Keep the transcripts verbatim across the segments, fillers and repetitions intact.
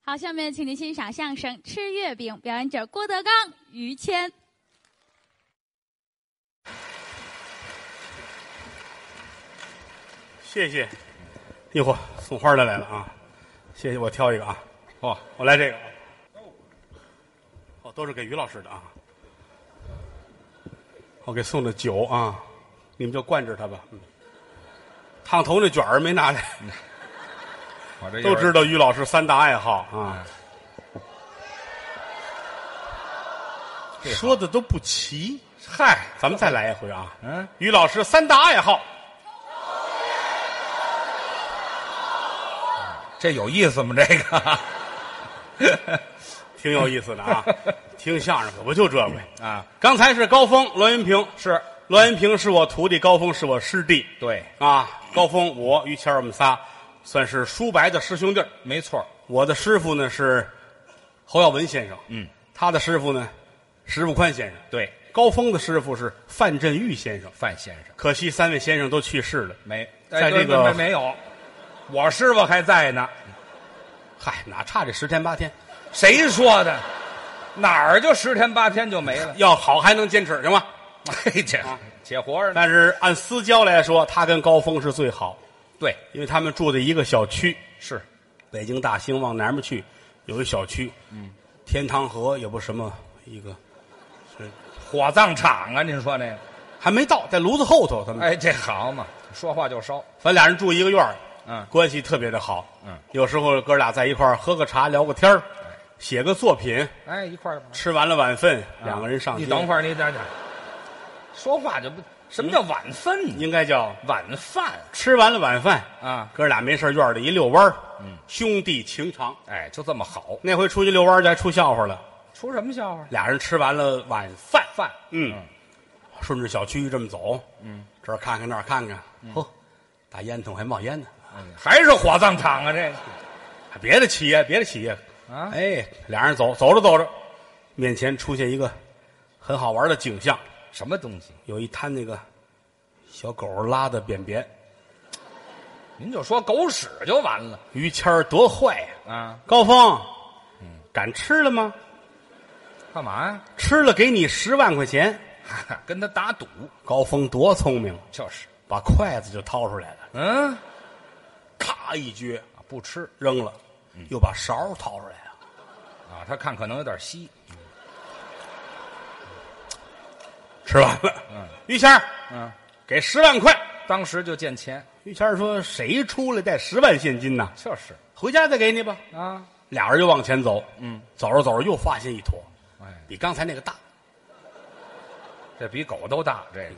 好，下面请您欣赏相声《吃月饼》，表演者郭德纲、于谦。 谢谢。哟嚯，送花的来了啊！谢谢，我挑一个啊。哦，我来这个。哦，都是给于老师的啊。我给送的酒啊，你们就惯着他吧。嗯。烫头那卷儿没拿来。 我这都知道于老师三大爱好啊。嗯、说的都不齐。 嗨， 咱们再来一回啊。 嗯， 于老师三大爱好。 这有意思吗？这个挺有意思的啊，听相声可不就这回啊。 刚才是高峰、栾云平， 是栾云平是我徒弟，高峰是我师弟。 对啊，高峰我于谦我们仨算是叔伯的师兄弟。 没错， 我的师傅呢是侯耀文先生， 嗯， 他的师傅呢石富宽先生。 对， 高峰的师傅是范振钰先生。 范先生， 可惜三位先生都去世了。 没， 在这个没没有。我师傅还在呢， 嗨，哪差这十天八天？ 谁说的？哪儿就十天八天就没了？ 要好还能坚持，行吗？ 哎，这且活着呢。 但是按私交来说，他跟高峰是最好。 对， 因为他们住在一个小区， 是北京大兴往南边去，有一小区，嗯，天堂河也不什么一个，是火葬场啊？您说那个还没到，在炉子后头，他们哎，这好嘛，说话就烧。 咱俩人住一个院儿。 嗯， 关系特别的好。 嗯， 有时候哥俩在一块儿喝个茶，聊个天儿，写个作品。 哎，一块儿吃完了晚饭，两个人上街。 你等会儿，你等等，说话就不什么叫晚饭呢？ 应该叫晚饭。 吃完了晚饭啊， 哥俩没事院里一遛弯儿，嗯，兄弟情长。 哎，就这么好。 那回出去遛弯儿去还出笑话了。 出什么笑话？ 俩人吃完了晚饭， 饭， 嗯，顺着小区这么走，嗯，这儿看看那儿看看，嚯，大烟囱还冒烟呢。 还是火葬场啊？这个， 别的企业，别的企业啊！ 哎，俩人走走着走着，面前出现一个很好玩的景象。 什么东西？ 有一滩那个小狗拉的便便。 您就说狗屎就完了。 于谦儿多坏呀！ 啊， 高峰，嗯，敢吃了吗？ 干嘛呀？ 吃了给你十万块钱。 跟他打赌。 高峰多聪明， 就是把筷子就掏出来了。 嗯。 咔一撅， 不吃扔了，又把勺掏出来了， 啊，他看可能有点稀， 吃完了。 嗯， 于谦儿， 嗯， 给十万块， 当时就见钱。 于谦儿说：“谁出来带十万现金呢？ 就是， 回家再给你吧。” 啊， 俩人就往前走， 嗯， 走着走着又发现一坨， 哎， 比刚才那个大， 这比狗都大。这个，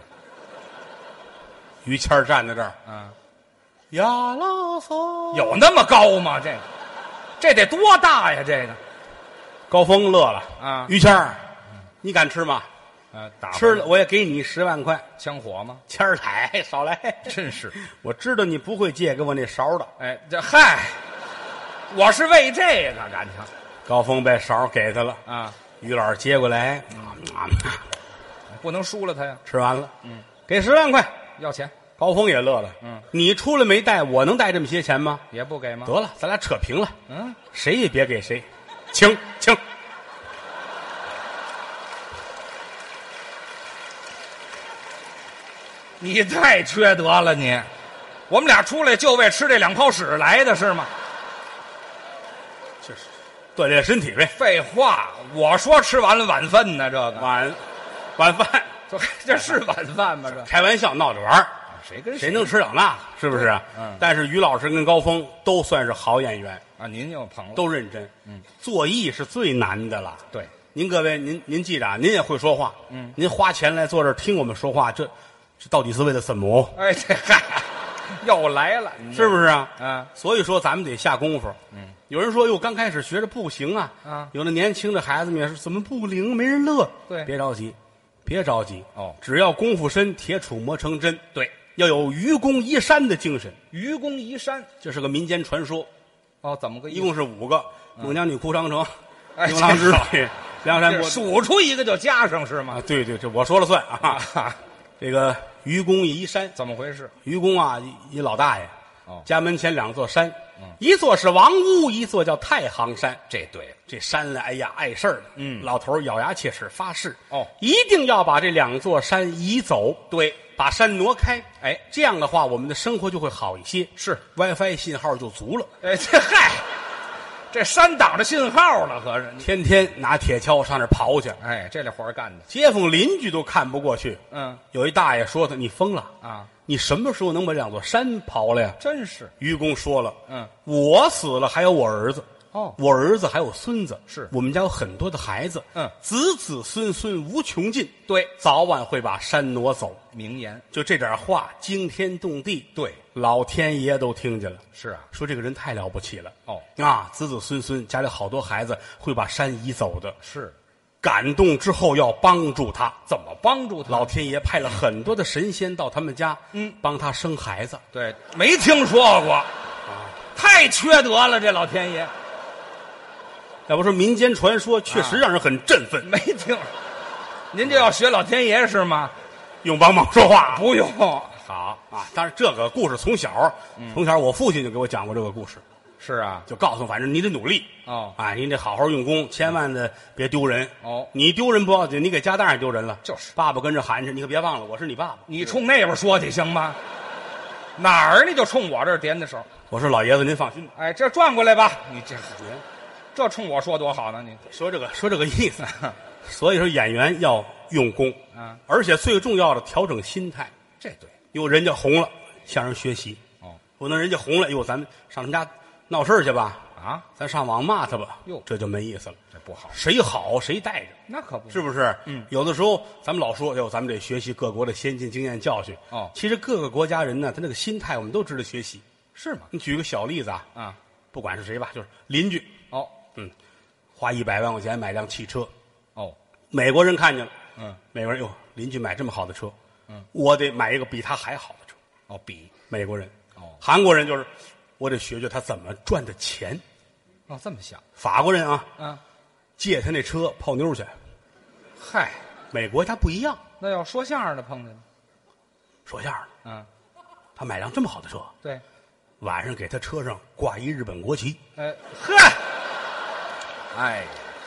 于谦儿站在这儿， 啊。 呀啦嗦， 有那么高吗？这个，这得多大呀？这个， 高峰乐了啊！ 于谦儿，你敢吃吗？ 啊，打吃了我也给你十万块。 枪火吗？ 谦儿来，少来！ 真是， 我知道你不会借给我那勺的。 哎，这嗨，我是为这个感情。 高峰把勺给他了啊， 于老师接过来，嗯啊、 不能输了他呀。 吃完了， 嗯， 给十万块， 要钱。 高峰也乐了， 嗯， 你出来没带，我能带这么些钱吗？ 也不给吗？ 得了，咱俩扯平了， 嗯， 谁也别给谁，请请。 你太缺德了你！我们俩出来就为吃这两泡屎来的是吗？ 就是锻炼身体呗。 废话，我说吃完了晚饭呢，这个晚晚饭， 这这是晚饭吗？这开玩笑，闹着玩儿。 谁跟谁能吃了那个？是不是啊？ 嗯。 但是于老师跟高峰都算是好演员啊，您又捧了， 都认真。嗯，做艺是最难的了。 对， 您各位，您您记着啊，您也会说话。 嗯， 您花钱来坐这儿听我们说话，这这到底是为了什么？ 哎，这嗨，又来了， 是不是啊？ 啊， 所以说咱们得下功夫。 嗯， 有人说哟，刚开始学着不行啊。 啊， 有的年轻的孩子们也是怎么不灵，没人乐。 对， 别着急，别着急。 哦， 只要功夫深，铁杵磨成针。 对。 要有愚公移山的精神。 愚公移山， 这是个民间传说。 哦，怎么个意思？ 一共是五个：孟姜女哭长城， 哎， 牛郎织女，梁山伯。 数出一个就加上是吗？ 啊，对对，这我说了算啊。这个愚公移山怎么回事？ 愚公啊，一老大爷哦家门前两座山， 嗯一座是王屋，一座叫太行山。 这对了。 这山呢，哎呀，碍事儿了。 嗯老头儿咬牙切齿发誓， 哦一定要把这两座山移走， 对， 把山挪开。 哎， 这样的话，我们的生活就会好一些， 是 WiFi 信号就足了。 哎，这嗨，这山挡着信号了，合着你。 天天拿铁锹上那儿刨去， 哎，这类活儿干的。 街坊邻居都看不过去。 嗯有一大爷说他：“你疯了啊， 你什么时候能把两座山刨了呀真是。？” 愚公说了：“ 嗯， 我死了还有我儿子， 哦我儿子还有孙子， 是我们家有很多的孩子， 嗯， 子子孙孙无穷尽， 对， 早晚会把山挪走。” 名言。 就这点话惊天动地， 对， 老天爷都听见了， 是啊。 说这个人太了不起了。 哦， 啊，子子孙孙家里好多孩子会把山移走的， 是。 感动之后要帮助他。 怎么帮助他？ 老天爷派了很多的神仙到他们家， 嗯， 帮他生孩子。 对，没听说过，太缺德了，这老天爷。 要不说民间传说确实让人很振奋。 没听，您这要学老天爷是吗？ 用帮忙说话不用。 好啊！但是这个故事从小，从小我父亲就给我讲过这个故事， 是啊。 就告诉我反正你得努力哦， 啊，你得好好用功，千万的别丢人。 哦你丢人不要紧，你给家大人丢人了。 就是爸爸跟着喊去，你可别忘了我是你爸爸。 你冲那边说去行吗？哪儿你就冲我这儿点的手。 我说老爷子您放心吧。 哎，这转过来吧，你这这冲我说多好呢，你。 说这个说这个意思，所以说演员要用功啊， 而且最重要的调整心态。 这对。 因为人家红了，向人学习。 哦， 不能人家红了，哟，咱们上他们家闹事儿去吧？ 啊， 咱上网骂他吧？ 哟， 这就没意思了。 这不好。 谁好谁带着， 那可不是不是？ 嗯， 有的时候咱们老说，哟，咱们得学习各国的先进经验教训。 哦， 其实各个国家人呢，他那个心态我们都值得学习。 是吗？ 你举个小例子啊， 啊， 不管是谁吧，就是邻居， 哦， 嗯，花一百万块钱买辆汽车， 哦， 美国人看见了， 嗯， 美国人哟，邻居买这么好的车， 嗯， 我得买一个比他还好的车。 哦，比美国人， 哦， 韩国人就是我得学学他怎么赚的钱。 哦，这么想。 法国人啊， 啊， 借他那车泡妞去。 嗨， 美国家不一样， 那要说相声的碰见了。 说相声的， 啊， 他买辆这么好的车， 对， 晚上给他车上挂一日本国旗。 哎，呵，哎，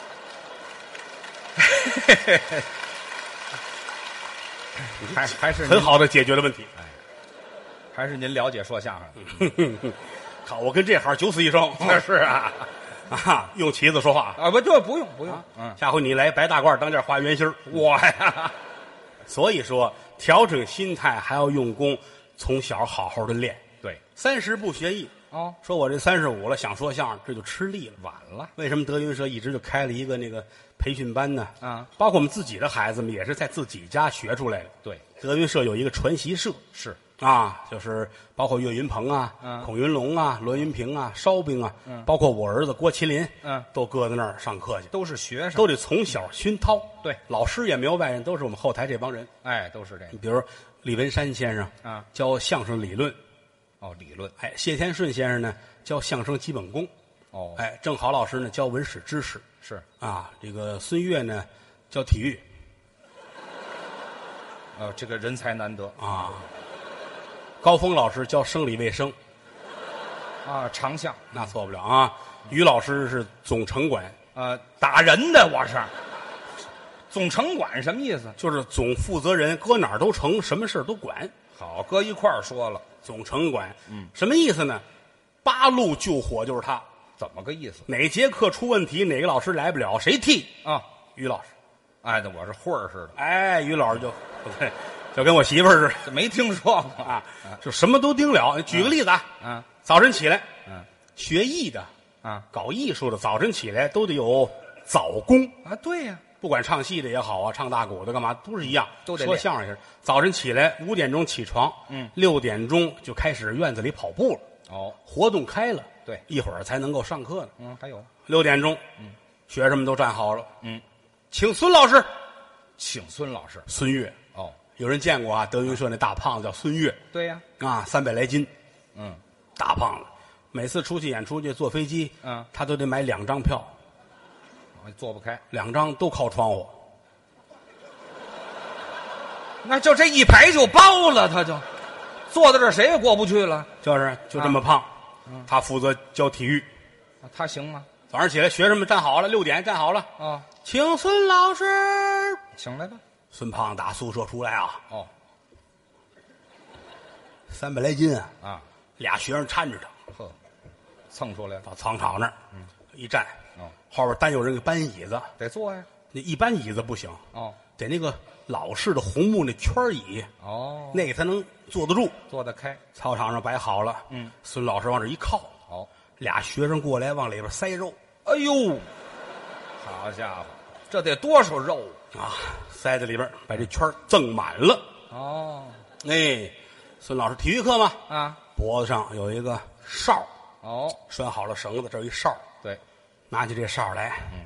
还还是您很好的解决了问题。 还是您了解说相声。 靠，我跟这行九死一生。 那是啊， 啊，用旗子说话。 啊，不，这不用不用。嗯， 下回你来白大褂当件花圆心儿。 我呀， 所以说，调整心态还要用功，从小好好的练。 对， 三十不学艺。 哦， 说我这三十五了，想说相声，这就吃力了。 晚了。 为什么德云社一直就开了一个那个培训班呢？ 啊， 包括我们自己的孩子们也是在自己家学出来的。 对， 德云社有一个传习社， 是啊，就是包括岳云鹏啊、 嗯孔云龙啊、栾云平啊、烧饼啊， 嗯包括我儿子郭麒麟， 嗯， 都搁在那儿上课去， 都是学生， 都得从小熏陶。 对， 老师也没有外人，都是我们后台这帮人。 哎，都是这个。 比如李文山先生啊， 教相声理论。 哦，理论。 哎，谢天顺先生呢教相声基本功。 哦， 哎，郑好老师呢教文史知识。 是啊，这个孙越呢教体育。 呃，这个人才难得啊。高峰老师教生理卫生。 啊，长项那错不了啊。于老师是总城管。 呃，打人的我是。总城管什么意思？ 就是总负责人，搁哪儿都成，什么事儿都管。 好，搁一块儿说了。 总城管， 嗯， 什么意思呢？八路救火就是他。 怎么个意思？ 哪节课出问题，哪个老师来不了，谁替啊？ 于老师。 哎，那我是混儿似的。 哎，于老师就，对，就跟我媳妇儿似的， 没听说过啊，就什么都盯了。举个例子啊， 嗯， 早晨起来， 嗯， 学艺的， 啊， 搞艺术的，早晨起来都得有早功啊。对呀， 不管唱戏的也好啊，唱大鼓的干嘛都是一样， 都得说相声也是。早晨起来五点钟起床， 嗯， 六点钟就开始院子里跑步了。 哦， 活动开了， 对， 一会儿才能够上课呢。 嗯，还有六点钟， 嗯， 学生们都站好了， 嗯， 请孙老师， 请孙老师。 孙越， 哦， 有人见过啊？德云社那大胖子叫孙越， 对呀， 啊，三百来斤， 嗯， 大胖子，每次出去演出去坐飞机， 嗯， 他都得买两张票， 我坐不开， 两张都靠窗户。 那就这一排就包了，他就坐在这儿谁也过不去了。 就是就这么胖。 啊嗯、 他负责教体育。 他行吗？ 早上起来，学生们站好了，六点站好了。 哦， 请孙老师， 请来吧。 孙胖打宿舍出来啊。 哦， 三百来斤啊。 啊， 俩学生搀着他。 呵，蹭出来了。 到操场那儿， 嗯， 一站。 哦， 后边单有人给搬椅子。 得坐呀。 那一般椅子不行。 哦， 得那个老式的红木那圈椅。 哦， 那个才能坐得住。 坐得开。 操场上摆好了。 嗯， 孙老师往这一靠。 好， 俩学生过来往里边塞肉。 哎呦，好家伙，这得多少肉啊！塞在里边，把这圈赠满了。 哦， 哎，孙老师体育课嘛， 啊， 脖子上有一个哨， 哦， 拴好了绳子，这有一哨。 对， 拿起这哨来， 嗯，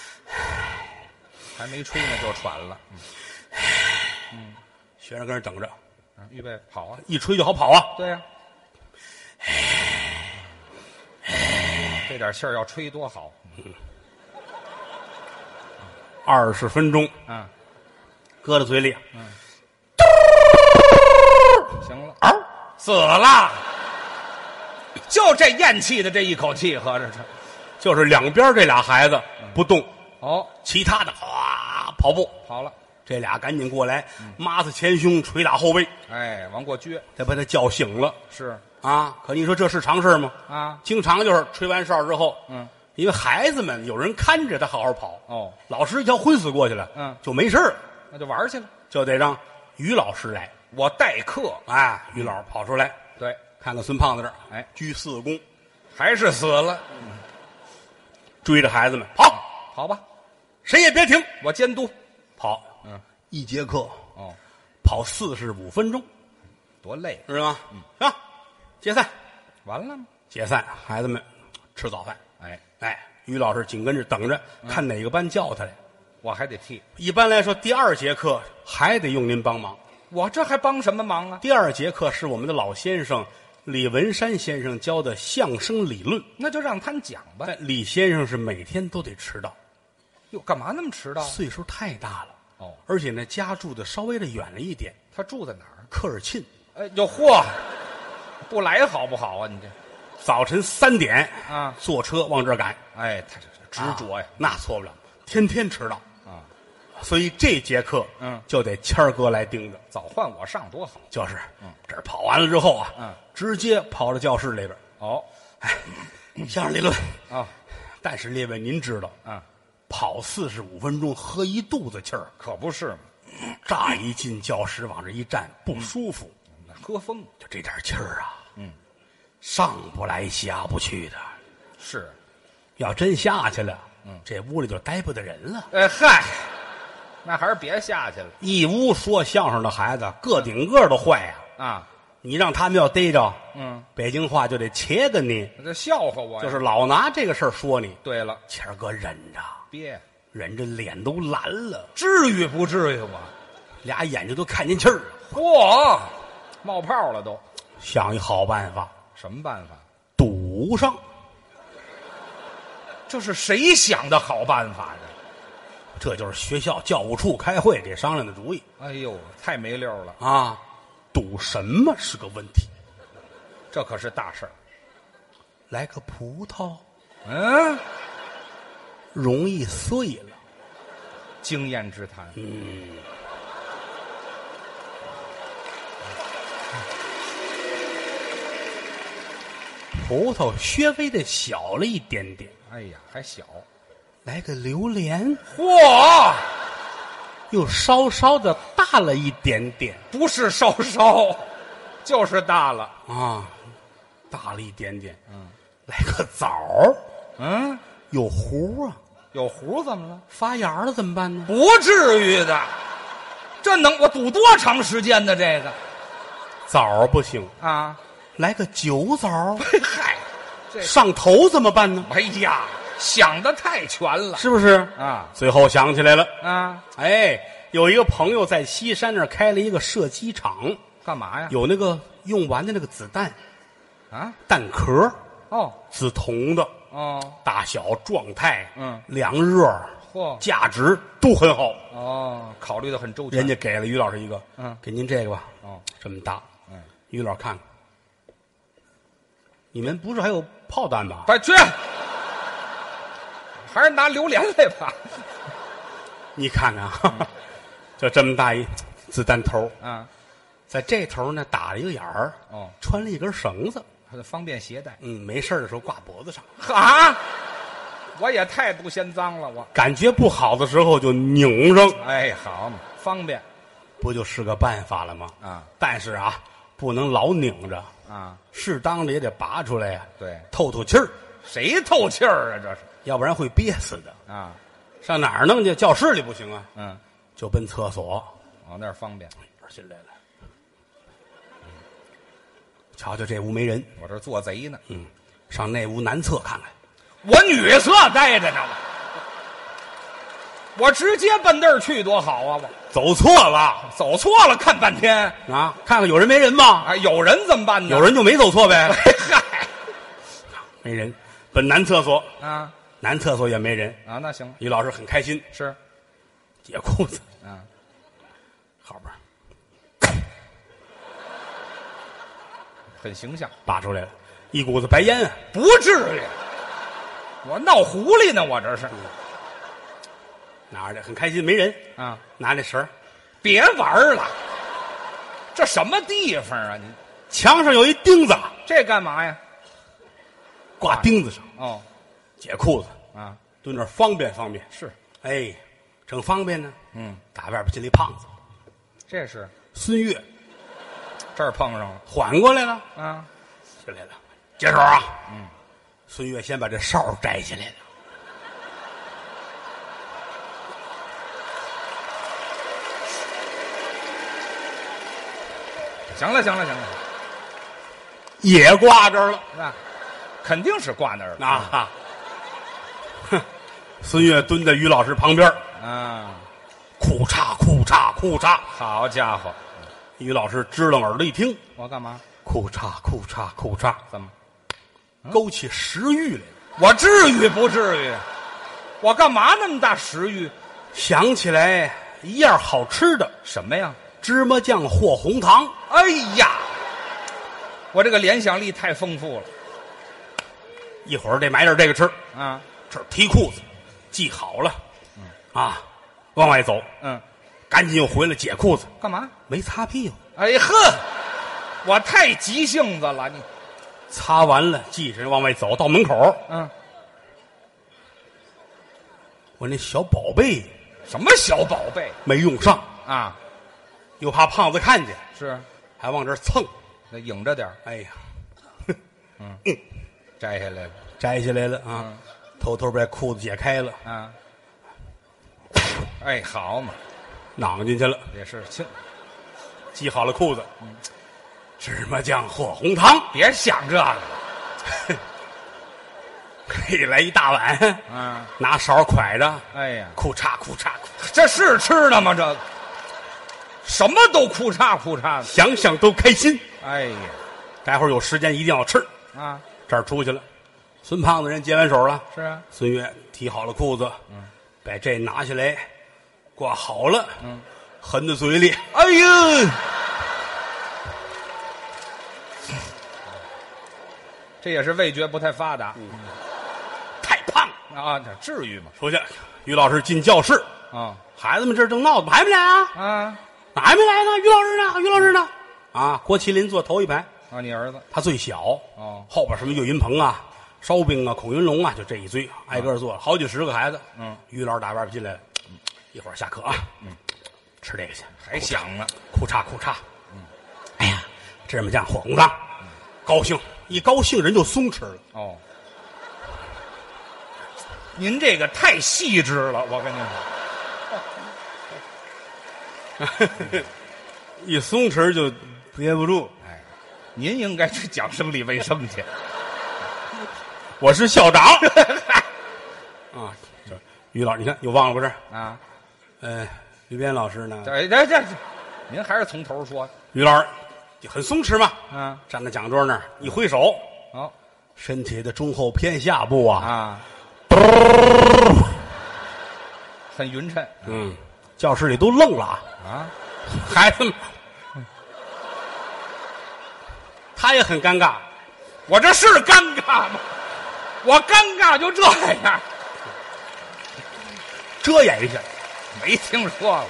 还没吹呢就喘了。嗯，嗯， 学生跟人等着， 啊，预备跑啊！ 一吹就好跑啊。 对呀、啊，这点气儿要吹多好。 嗯，二十分钟， 嗯， 搁在嘴里， 嗯，行了，嗷，死了，就这咽气的这一口气，合着这就是两边这俩孩子不动， 哦， 其他的哗跑步跑了。 这俩赶紧过来，抹擦前胸，捶打后背， 哎，往过撅， 得把他叫醒了。 是啊，可你说这是常事吗？ 啊， 经常就是吹完哨之后， 嗯， 因为孩子们有人看着他好好跑， 哦， 老师一瞧昏死过去了， 嗯， 就没事儿， 那就玩去了。 就得让于老师来， 我代课， 哎，于老师跑出来， 对， 看看孙胖子这儿， 哎， 鞠四个躬， 还是死了， 追着孩子们跑， 好吧， 谁也别停， 我监督， 跑， 嗯， 一节课哦， 跑四十五分钟， 多累， 知道吗？嗯，行，解散， 完了吗？ 解散，孩子们吃早饭， 哎， 哎，于老师紧跟着等着，看哪个班叫他来。 我还得替， 一般来说，第二节课还得用您帮忙。 我这还帮什么忙啊？ 第二节课是我们的老先生李文山先生教的相声理论， 那就让他讲吧。 但李先生是每天都得迟到， 哟，干嘛那么迟到？ 岁数太大了。 哦， 而且呢，家住的稍微的远了一点， 他住在哪儿？ 科尔沁。 哎，哟嚯，不来好不好啊？你这早晨三点啊， 坐车往这儿赶。 哎，他这执着呀， 啊那错不了，天天迟到啊。 所以这节课， 嗯， 就得谦儿哥来盯着。 早换我上多好。 就是， 嗯， 这儿跑完了之后啊， 嗯， 直接跑到教室里边。 哦， 哎，相声理论啊， 但是列位您知道， 啊， 跑四十五分钟，喝一肚子气儿， 可不是嘛， 乍一进教室往这一站不舒服， 嗯、喝风， 就这点气儿啊， 嗯， 上不来下不去的。 是， 要真下去了， 嗯， 这屋里就待不得人了。 哎嗨，那还是别下去了。 一屋说相声的孩子，个顶个都坏呀、 啊！啊， 你让他们要逮着， 嗯， 北京话就得切个你， 这笑话我呀。 就是老拿这个事儿说你。 对了， 谦儿哥忍着， 憋， 忍着脸都蓝了， 至于不至于我？ 俩眼睛都看见气儿了。 嚯，冒泡了都。 想一好办法， 什么办法？ 堵上。 这是谁想的好办法呢？ 这就是学校教务处开会给商量的主意。 哎呦，太没溜了啊！堵什么是个问题？ 这可是大事儿。 来个葡萄， 嗯， 容易碎了。 经验之谈。 嗯，葡萄稍微的小了一点点。 哎呀，还小。 来个榴莲， 嚯， 又稍稍的大了一点点。 不是稍稍，就是大了啊，大了一点点。 嗯， 来个枣儿， 嗯， 有核啊， 有核怎么了？ 发芽了怎么办呢？ 不至于的，这能我堵多长时间呢？这个枣儿不行啊， 来个酒枣儿， 嗨，这上头怎么办呢？ 哎呀，想的太全了， 是不是啊？ 最后想起来了啊， 哎，有一个朋友在西山那儿开了一个射击场， 干嘛呀？ 有那个用完的那个子弹啊， 弹壳， 哦， 紫铜的， 哦， 大小状态， 嗯， 凉热， 嚯， 价值都很好。 哦，考虑的很周全。 人家给了于老师一个， 嗯， 给您这个吧。 哦， 这么大， 嗯， 于老看看，你们不是还有炮弹吧？ 快去，还是拿榴莲来吧。 你看看啊，就这么大一子弹头啊， 在这头呢打了一个眼儿， 哦， 穿了一根绳子， 方便携带。 嗯，没事的时候挂脖子上。 啊，我也太不嫌脏了，我感觉不好的时候就拧上， 哎，好嘛，方便不就是个办法了吗？ 啊， 但是啊，不能老拧着， 啊， 适当的也得拔出来呀， 对， 透透气儿， 谁透气儿啊？这是要不然会憋死的。 啊， 上哪儿弄去？教室里不行啊， 嗯， 就奔厕所。 哦，那儿方便。 进来了，瞧瞧这屋没人， 我这做贼呢。 嗯，上那屋南侧看看。 我女厕待着呢，我我直接奔那儿去多好啊！我走错了走错了，看半天啊！看看有人没人吗？ 啊，有人怎么办呢？ 有人就没走错呗。 嗨， 没人，奔男厕所啊， 男厕所也没人啊，那行于老师很开心， 是解裤子啊， 后边很形象， 拔出来了，一股子白烟啊！ 不至于，我闹狐狸呢，我这是拿着很开心，没人啊， 拿那绳儿， 别玩了，这什么地方啊？你墙上有一钉子， 这干嘛呀？ 挂钉子上， 哦， 解裤子啊， 蹲那儿方便方便。 是， 哎，正方便呢， 嗯， 打外边进来一胖子， 这是孙越这儿碰上了缓过来了， 啊， 进来了，接手啊！ 嗯， 孙越先把这哨摘下来了， 行了，行了，行了， 也挂这儿了那肯定是挂那儿了啊！哼，孙越蹲在于老师旁边， 啊， 哭嚓哭嚓哭嚓。 好家伙， 于老师支棱耳朵一听， 我干嘛？ 哭嚓哭嚓哭嚓， 怎么？ 勾起食欲来了。 我至于不至于？我干嘛那么大食欲？ 想起来一样好吃的什么呀？ 芝麻酱和红糖。 哎呀，我这个联想力太丰富了一会儿得买点这个吃。 啊！ 这儿提裤子，系好了，啊，往外走， 嗯， 赶紧又回来解裤子， 干嘛？ 没擦屁股， 哎呵，我太急性子了，你擦完了系上往外走，到门口， 嗯， 我那小宝贝什么小宝贝没用上， 啊？ 又怕胖子看见， 是， 还往这儿蹭， 那影着点儿哎呀， 摘下来了摘下来了啊， 嗯偷偷把裤子解开了， 啊！哎，好嘛， 攮进去了， 也是轻， 系好了裤子，芝麻酱和红糖， 别想这个可以来一大碗， 啊！ 拿勺蒯着， 哎呀， 裤嚓裤嚓， 这是吃的吗？这个什么都哭嚓哭嚓的。 想想都开心。 哎呀， 待会儿有时间一定要吃。 啊， 这儿出去了，孙胖子人接完手了， 是啊， 孙越提好了裤子，嗯，把这拿下来，挂好了， 嗯， 含在嘴里， 哎呦，这也是味觉不太发达、嗯、 太胖啊，这至于吗？ 出去，于老师进教室啊， 孩子们这儿正闹呢，还没来啊？ 啊， 哪还没来呢？于老师呢？于老师呢？啊，郭麒麟坐头一排。 啊，你儿子他最小哦， 后边什么岳云鹏啊、烧饼啊、孔云龙啊，就这一堆，挨个坐，好几十个孩子。 嗯， 于老师打外边进来了，一会儿下课啊，嗯，吃这个去， 还想呢， 裤嚓裤嚓，嗯，哎呀，芝麻酱和红糖，高兴，一高兴人就松弛了。 哦，您这个太细致了，我跟您说， 一松弛就憋不住。 哎，您应该去讲生理卫生去。 我是校长啊，这于老师，你看又忘了不是？ 啊， 呃，于边老师呢？ 这这这，您还是从头说。 于老师很松弛嘛， 啊， 站在讲桌那儿一挥手， 好、哦， 身体的中后偏下部啊啊，很匀称。 嗯，教室里都愣了啊， 啊， 孩子们他也很尴尬。 我这是尴尬吗？我尴尬就这样， 遮掩一下， 没听说过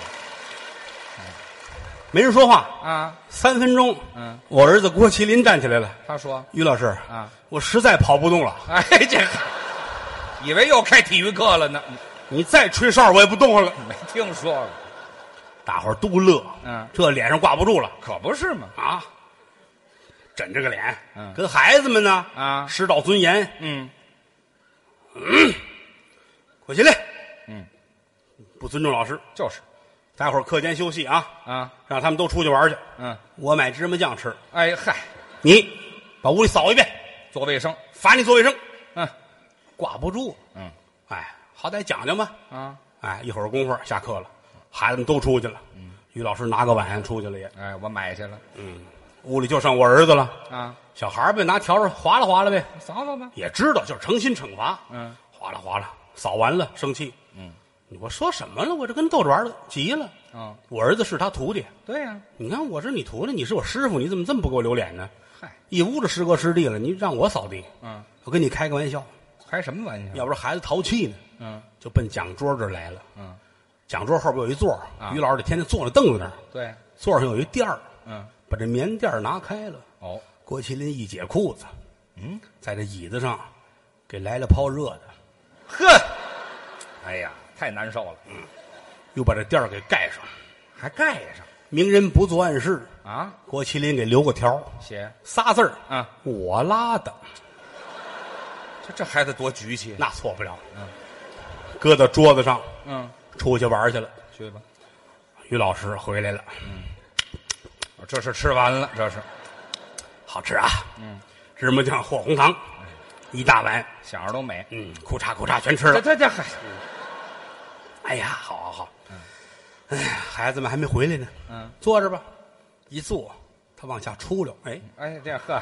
没人说话。 啊。 三分钟， 嗯， 我儿子郭麒麟站起来了。 他说于老师啊， 我实在跑不动了。 哎，这以为又开体育课了呢， 你再吹哨，我也不动了。 没听说过。 大伙儿都乐， 嗯， 这脸上挂不住了可不是嘛。 啊！枕着个脸， 嗯跟孩子们呢啊师道尊严。 嗯嗯，郭麒麟， 嗯， 不尊重老师。 就是待会儿课间休息啊， 啊。 让他们都出去玩去。 嗯， 我买芝麻酱吃， 哎嗨， 你把屋里扫一遍， 做卫生。 罚你做卫生。 嗯挂不住， 嗯哎，好歹讲究嘛。 啊， 哎，一会儿功夫下课了，孩子们都出去了。嗯，于老师拿个碗出去了也。 哎，我买去了。 嗯，屋里就剩我儿子了。 啊， 小孩儿呗，拿笤帚划拉划拉呗， 扫扫吧。 也知道就是诚心惩罚。 嗯， 划拉划拉，扫完了生气。 嗯， 我说什么了？我这跟逗着玩儿的，急了。 嗯， 我儿子是他徒弟， 对呀、 你看我是你徒弟，你是我师傅，你怎么这么不给我留脸呢？ 嗨， 一屋子师哥师弟了，你让我扫地？ 嗯， 我跟你开个玩笑， 开什么玩笑？ 要不是孩子淘气呢， 嗯就奔讲桌这儿来了。 嗯， 讲桌后边有一座儿， 啊于老师得天天坐在凳子那儿， 对， 座上有一垫儿， 嗯， 把这棉垫儿拿开了。 哦， 郭麒麟一解裤子， 嗯， 在这椅子上给来了泡热的， 呵，哎呀，太难受了， 又把这垫儿给盖上。 还盖上明人不做暗事， 啊？ 郭麒麟给留个条儿， 写仨字儿啊， 我拉的， 这这孩子多局气。 那错不了。 嗯， 搁到桌子上， 嗯， 出去玩去了。 去吧。 于老师回来了， 这是吃完了，这是好吃啊！ 嗯， 芝麻酱和红糖，一大碗， 想着都美。 嗯，裤嚓裤嚓全吃这了。 这这还哎呀，好好好。哎呀，孩子们还没回来呢。 嗯， 坐着吧。一坐，他往下出溜。哎哎这呵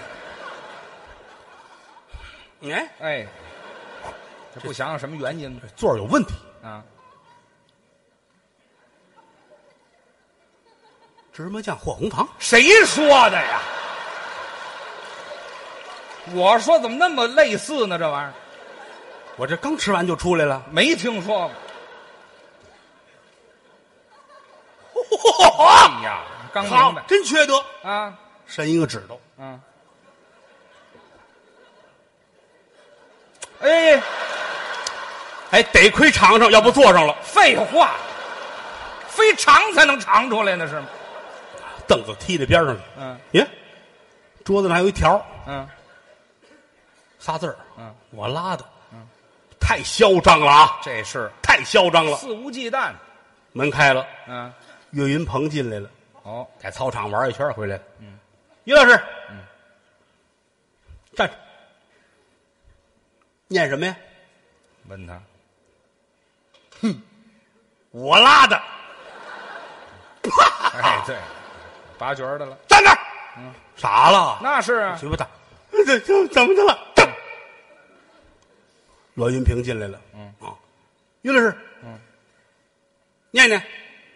哎， 哎，这不想想什么原因吗？ 这座儿有问题。 啊， 芝麻酱和红糖， 谁说的呀？我说怎么那么类似呢？这玩意儿我这刚吃完就出来了。 没听说过。哎呀，刚明好白， 真缺德！ 啊， 伸一个指头， 嗯，哎， 哎，得亏尝尝，要不坐上了。 废话，非尝才能尝出来呢，是吗？ 凳子踢在边上去。 嗯耶，桌子上还有一条， 嗯仨字儿， 嗯， 我拉的，嗯，太嚣张了啊！ 这是太嚣张了。 肆无忌惮。 门开了， 嗯， 岳云鹏进来了， 哦， 在操场玩一圈回来了。嗯，于老师，嗯，站着，念什么呀？ 问他， 我拉的。 哎，对，拔角的了， 站那儿，嗯，傻了， 那是啊， 学不大，这这怎么的了？站。罗云平进来了， 嗯啊，于老师， 嗯， 念念，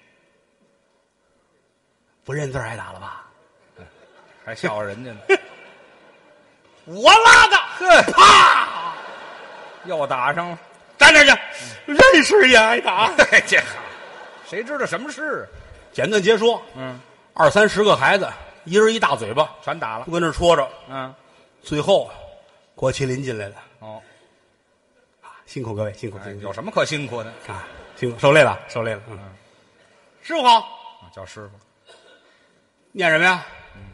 不认字儿挨打了吧？ 还笑话人家呢。 我拉的， 呵， 啪， 又打上了。 站那儿去，认识也挨打。 哎，这好，谁知道什么事？ 简短截说， 嗯， 二三十个孩子，一人一大嘴巴， 全打了都。跟那儿戳着。 嗯， 最后，郭麒麟进来了， 哦， 辛苦各位，辛苦哎辛苦有什么可辛苦的？ 啊，辛苦，受累了，受累了。嗯，师傅好， 啊叫师傅。 念什么呀？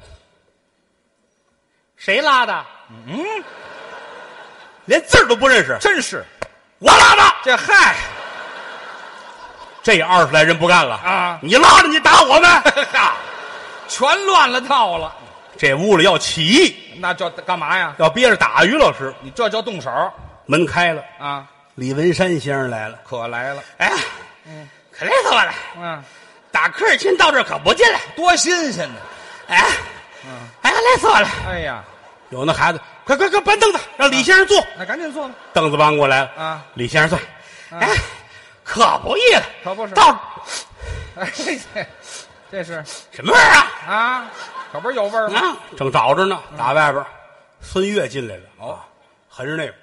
谁拉的？ 嗯， 连字儿都不认识。 真是我拉的。 这嗨这二十来人不干了啊！ 你拉着你打我们， 哈，全乱了套了。 这屋里要起义， 那叫干嘛呀？ 要憋着打于老师。 你这叫动手门开了， 啊！ 李文山先生来了。 可来了。 哎，嗯，可累死我了。 嗯， 打科尔沁到这儿可不进来。 多新鲜呢！ 哎， 嗯， 哎呀，累死我了。 哎呀， 有那孩子，快快快搬凳子，让李先生坐。 那赶紧坐吧。 凳子搬过来了啊， 李先生坐。 啊哎，可不易了， 可不是。 到哎，这这是什么味儿啊？ 啊， 可不是有味儿吗？ 啊，正找着呢，打外边，孙越进来了。哦，还是那个，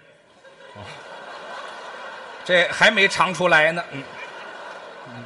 这还没尝出来呢。嗯嗯。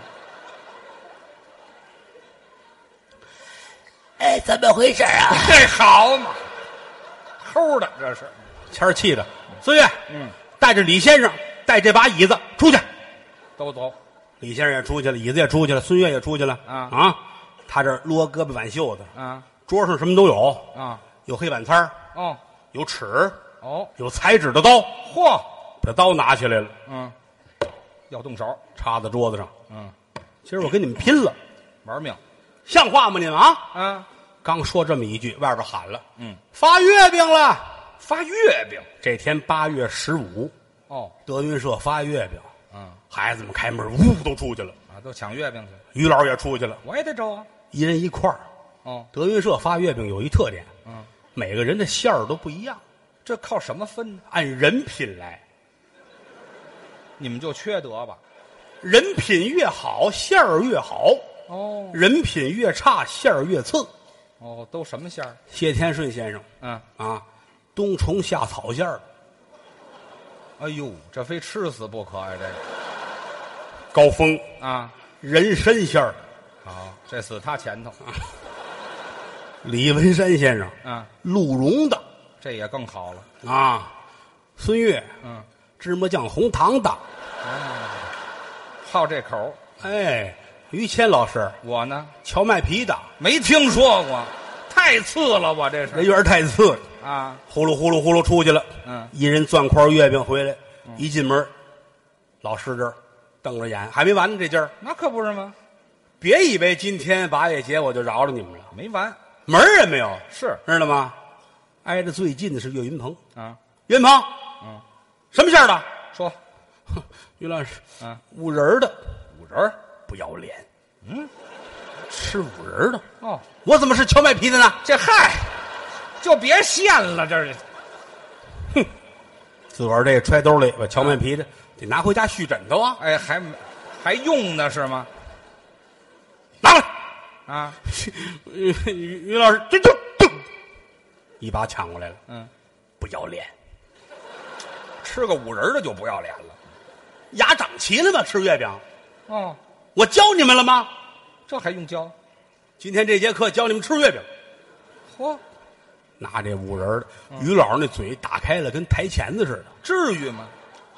哎，怎么回事啊？ 这好嘛，齁的这是。 谦儿气的，孙越， 嗯， 带着李先生，带这把椅子出去。 都走。 李先生也出去了，椅子也出去了，孙越也出去了。 啊啊，他这撸胳膊挽袖子。 啊， 桌上什么都有。 啊， 有黑板擦哦， 有尺， 哦， 有裁纸的刀。 嚯， 把刀拿起来了。 嗯，要动手， 插在桌子上。 嗯， 今儿我跟你们拼了， 玩命。 像话吗你们啊？ 啊， 刚说这么一句，外边喊了， 嗯， 发月饼了。 发月饼。 这天八月十五， 哦， 德云社发月饼。 嗯， 孩子们开门，呜都出去了。 啊，都抢月饼去。 于老也出去了， 我也得招啊。 一人一块儿。 哦， 德云社发月饼有一特点， 嗯， 每个人的馅儿都不一样， 这靠什么分呢？ 按人品来， 你们就缺德吧？ 人品越好，馅儿越好； 哦人品越差，馅儿越次。 哦，都什么馅儿？ 谢天顺先生， 嗯啊，冬虫夏草馅儿。 哎呦，这非吃死不可呀、啊！这个高峰啊， 人参馅儿。 好，这死他前头。 李文山先生， 啊， 鹿茸的， 这也更好了啊。孙越， 嗯， 芝麻酱红糖的。 哦，好这口。 哎，于谦老师， 我呢， 荞麦皮的， 没听说过，太次了，我这是人缘太次了。 啊， 呼噜呼噜呼噜出去了。 嗯， 一人攥块月饼回来，嗯、一进门，老师这儿瞪着眼，还没完呢，这劲儿。 那可不是吗？ 别以为今天八月节我就饶了你们了， 没完， 门儿也没有。 是， 知道吗？挨着最近的是岳云鹏啊， 岳云鹏， 嗯， 什么馅儿的？ 说， 于老师， 啊， 五仁儿的， 五仁儿， 不要脸， 嗯， 吃五仁儿的。 哦， 我怎么是荞麦皮的呢？ 这嗨，就别现了，这是， 哼，自个儿这揣兜里，把荞麦皮的得拿回家续枕头啊。 哎，还还用呢是吗？ 拿来啊！ 于于老师，就就就一把抢过来了。 嗯， 不要脸， 吃个五仁的就不要脸了。 牙长齐了吗？吃月饼？ 哦， 我教你们了吗？ 这还用教？ 今天这节课教你们吃月饼。 嚯， 拿这五仁的，于老师那嘴打开了，跟抬钳子似的。 至于吗？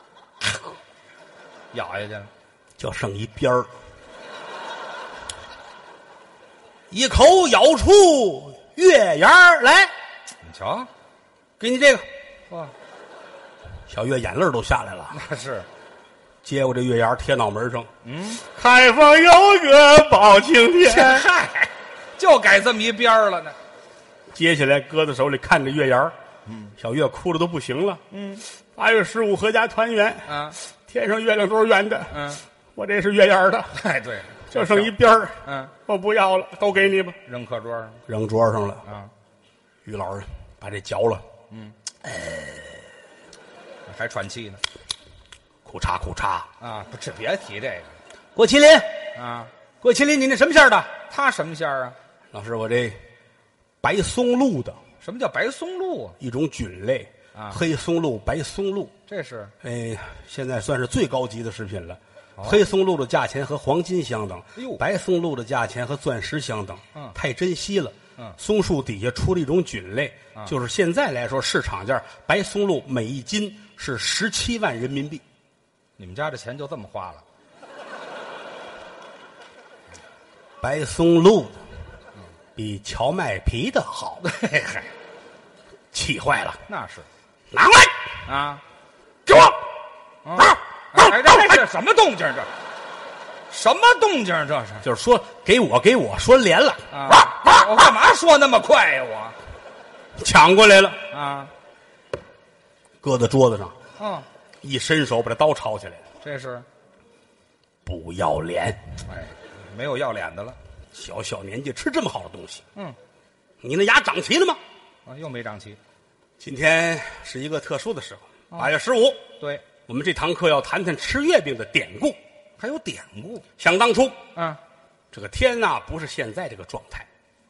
咬下去了， 就剩一边儿。一口咬出月牙儿来， 你瞧， 给你这个。 哇， 小月眼泪都下来了， 那是接过这月牙贴脑门上。 嗯， 开封有个包青天， 嗨，就改这么一边儿了呢。 接下来搁在手里看着月牙。嗯，小月哭的都不行了。 嗯， 八月十五合家团圆啊， 天上月亮都是圆的。 嗯， 我这是月牙的。 哎，对， 就剩一边儿。 嗯， 我不要了，都给你吧。 扔课桌上， 扔桌上了。 啊， 于老师把这嚼了。 嗯，哎，还喘气呢。 苦嚓苦嚓啊！不是，别提这个。 郭麒麟啊， 郭麒麟，你那什么馅儿的？ 他什么馅儿啊？ 老师，我这白松露的。 什么叫白松露啊？ 一种菌类啊， 黑松露、白松露， 这是哎，现在算是最高级的食品了。哦、黑松露的价钱和黄金相等， 哎呦， 白松露的价钱和钻石相等。 嗯， 太珍惜了。 嗯， 松树底下出了一种菌类， 嗯、 就是现在来说市场价白松露每一斤是十七万人民币。 你们家这钱就这么花了？ 白松露比荞麦皮的好。 嘿嘿， 气坏了。 那是， 拿过来啊！ 给我！ 啊！哎，这这什么动静？这什么动静？这是就是说给我给我说连了啊！我干嘛说那么快呀？我抢过来了啊！ 搁在桌子上。 嗯， 一伸手把这刀抄起来了。 这是不要脸！ 哎，没有要脸的了。 小小年纪吃这么好的东西， 嗯， 你那牙长齐了吗？ 啊，又没长齐。 今天是一个特殊的时候，八月十五。 对， 我们这堂课要谈谈吃月饼的典故， 还有典故。 想当初， 嗯， 这个天呐，不是现在这个状态。 哦，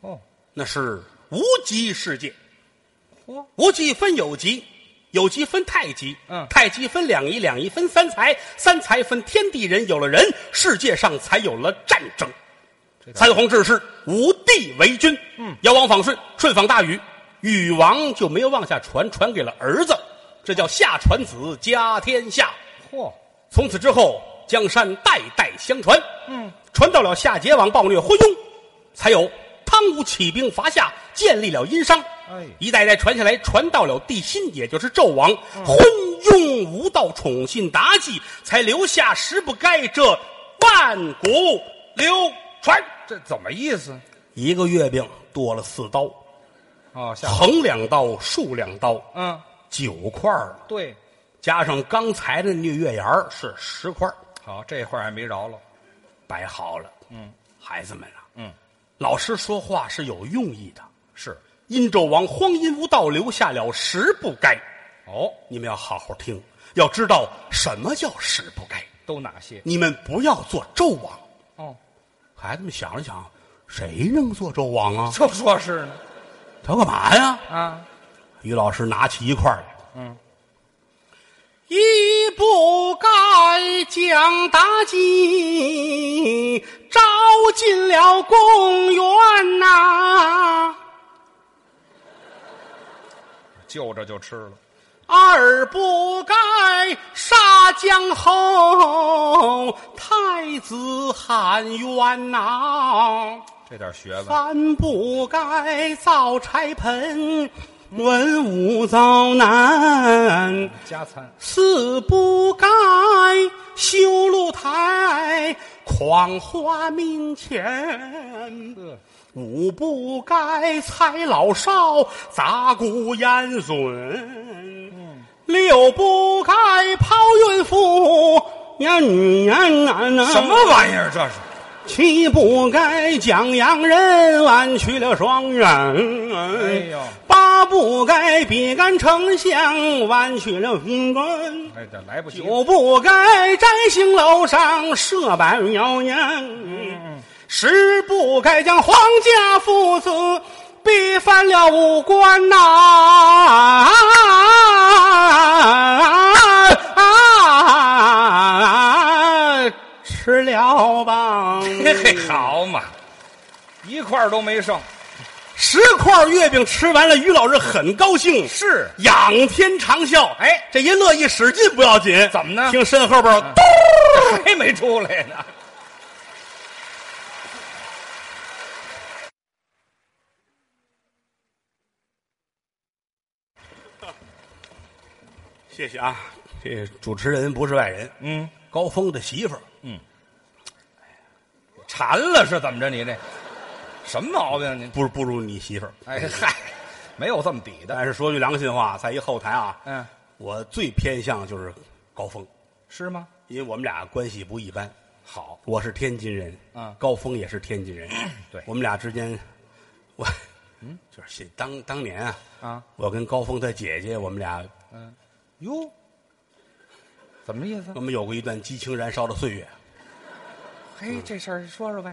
那是无极世界。 嚯， 无极分有极，有极分太极， 嗯太极分两仪，两仪分三才，三才分天地人。有了人，世界上才有了战争。三皇治世，五帝为君。 嗯， 尧王访舜，舜访大禹，禹王就没有往下传，传给了儿子，这叫夏传子，家天下。 嚯， 从此之后，江山代代相传。 嗯， 传到了夏桀王暴虐昏庸，才有汤武起兵伐夏，建立了殷商。 哎， 一代代传下来，传到了帝辛，也就是纣王， 嗯、 昏庸无道，宠信妲己，才留下食不该这万古流传。 这怎么意思？ 一个月饼多了四刀， 哦，下横两刀，竖两刀， 嗯， 九块儿， 对， 加上刚才的那月牙儿是十块儿， 好，这块还没着了。 摆好了。 嗯， 孩子们啊， 嗯， 老师说话是有用意的。 是， 殷纣王荒淫无道，留下了食不该。 哦， 你们要好好听，要知道什么叫食不该。 都哪些？ 你们不要做纣王。 哦， 孩子们想了想，谁能做纣王啊？ 就说是呢。 他干嘛呀？ 啊， 于老师拿起一块来， 嗯， 一不该将妲己招进了公园呐、 就着就吃了。 二不该杀姜后太子汉冤呐、 这点学问。 三不该造柴盆文武遭难， 加餐。 四不该修露台狂花民钱， 呵， 五不该猜老少砸骨闫孙，六不该抛孕妇呀女人啊， 什么玩意儿这是？ 七不该将洋人弯曲了双眼， 哎呦， 八不该比干丞相弯曲了军官， 哎，这来不及。 九不该摘星楼上设摆谣言， 嗯， 十不该将皇家父子逼翻了五官呐、啊！吃了吧， 嘿嘿，好嘛，一块儿都没剩。 十块月饼吃完了，于老师很高兴， 是仰天长啸。 哎， 这一乐一使劲不要紧， 怎么呢？ 听身后边嗯嘟， 还没出来呢。 谢谢啊，这主持人不是外人， 嗯， 高峰的媳妇儿。 馋了是怎么着？你这什么毛病？您不不如你媳妇儿。 哎嗨，没有这么比的。 但是说句良心话，在一后台啊， 嗯， 我最偏向就是高峰， 是吗？ 因为我们俩关系不一般。 好， 我是天津人， 嗯高峰也是天津人， 对我们俩之间，我，嗯，就是当当年啊， 啊， 我跟高峰他姐姐，我们俩， 嗯，哟，怎么意思我？们有过一段激情燃烧的岁月。 嘿，这事儿说说呗。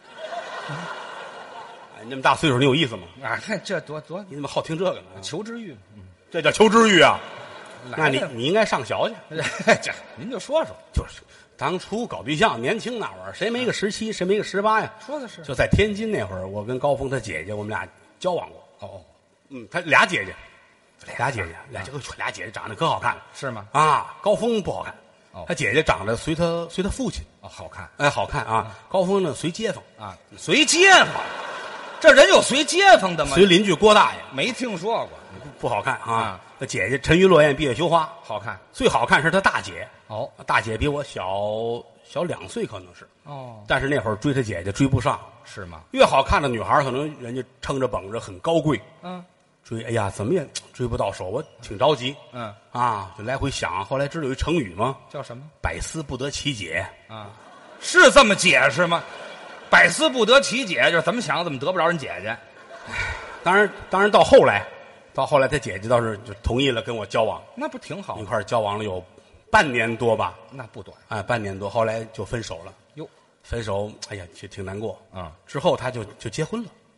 哎，那么大岁数，你有意思吗？ 啊，看这多多你怎么好听这个呢？ 求知欲。嗯， 这叫求知欲啊！那来了你你应该上学去。 这您就说说， 就是当初搞对象，年轻那会儿，谁没个十七，谁没个十八呀？ 说的是就在天津那会儿，我跟高峰他姐姐，我们俩交往过。 哦， 嗯，他俩姐姐，俩姐姐，俩这个俩姐姐长得可好看了是吗？ 啊！高峰不好看， 哦他姐姐长得随他随他父亲， 哦，好看哎，好看啊！高峰呢随街坊， 啊，随街坊，这人有随街坊的吗？ 随邻居郭大爷， 没听说过， 不不好看啊啊！ 他姐姐沉鱼落雁，闭月羞花， 好看最好看是他大姐， 哦大姐比我小小两岁，可能是， 哦， 但是那会儿追他姐姐追不上。 是吗？ 越好看的女孩，可能人家撑着绷着很高贵， 嗯追哎呀怎么也追不到手，我挺着急嗯， 啊，就来回想。后来知道有一成语吗？ 叫什么百思不得其解。 啊？是这么解释吗？百思不得其解，就是怎么想怎么得不着人姐姐。 当然，当然到后来，到后来他姐姐倒是就同意了跟我交往， 那不挺好一？块儿交往了有半年多吧， 那不短哎，半年多，后来就分手了。 哟。 分手，哎呀，就挺难过。 啊， 之后他就就结婚了。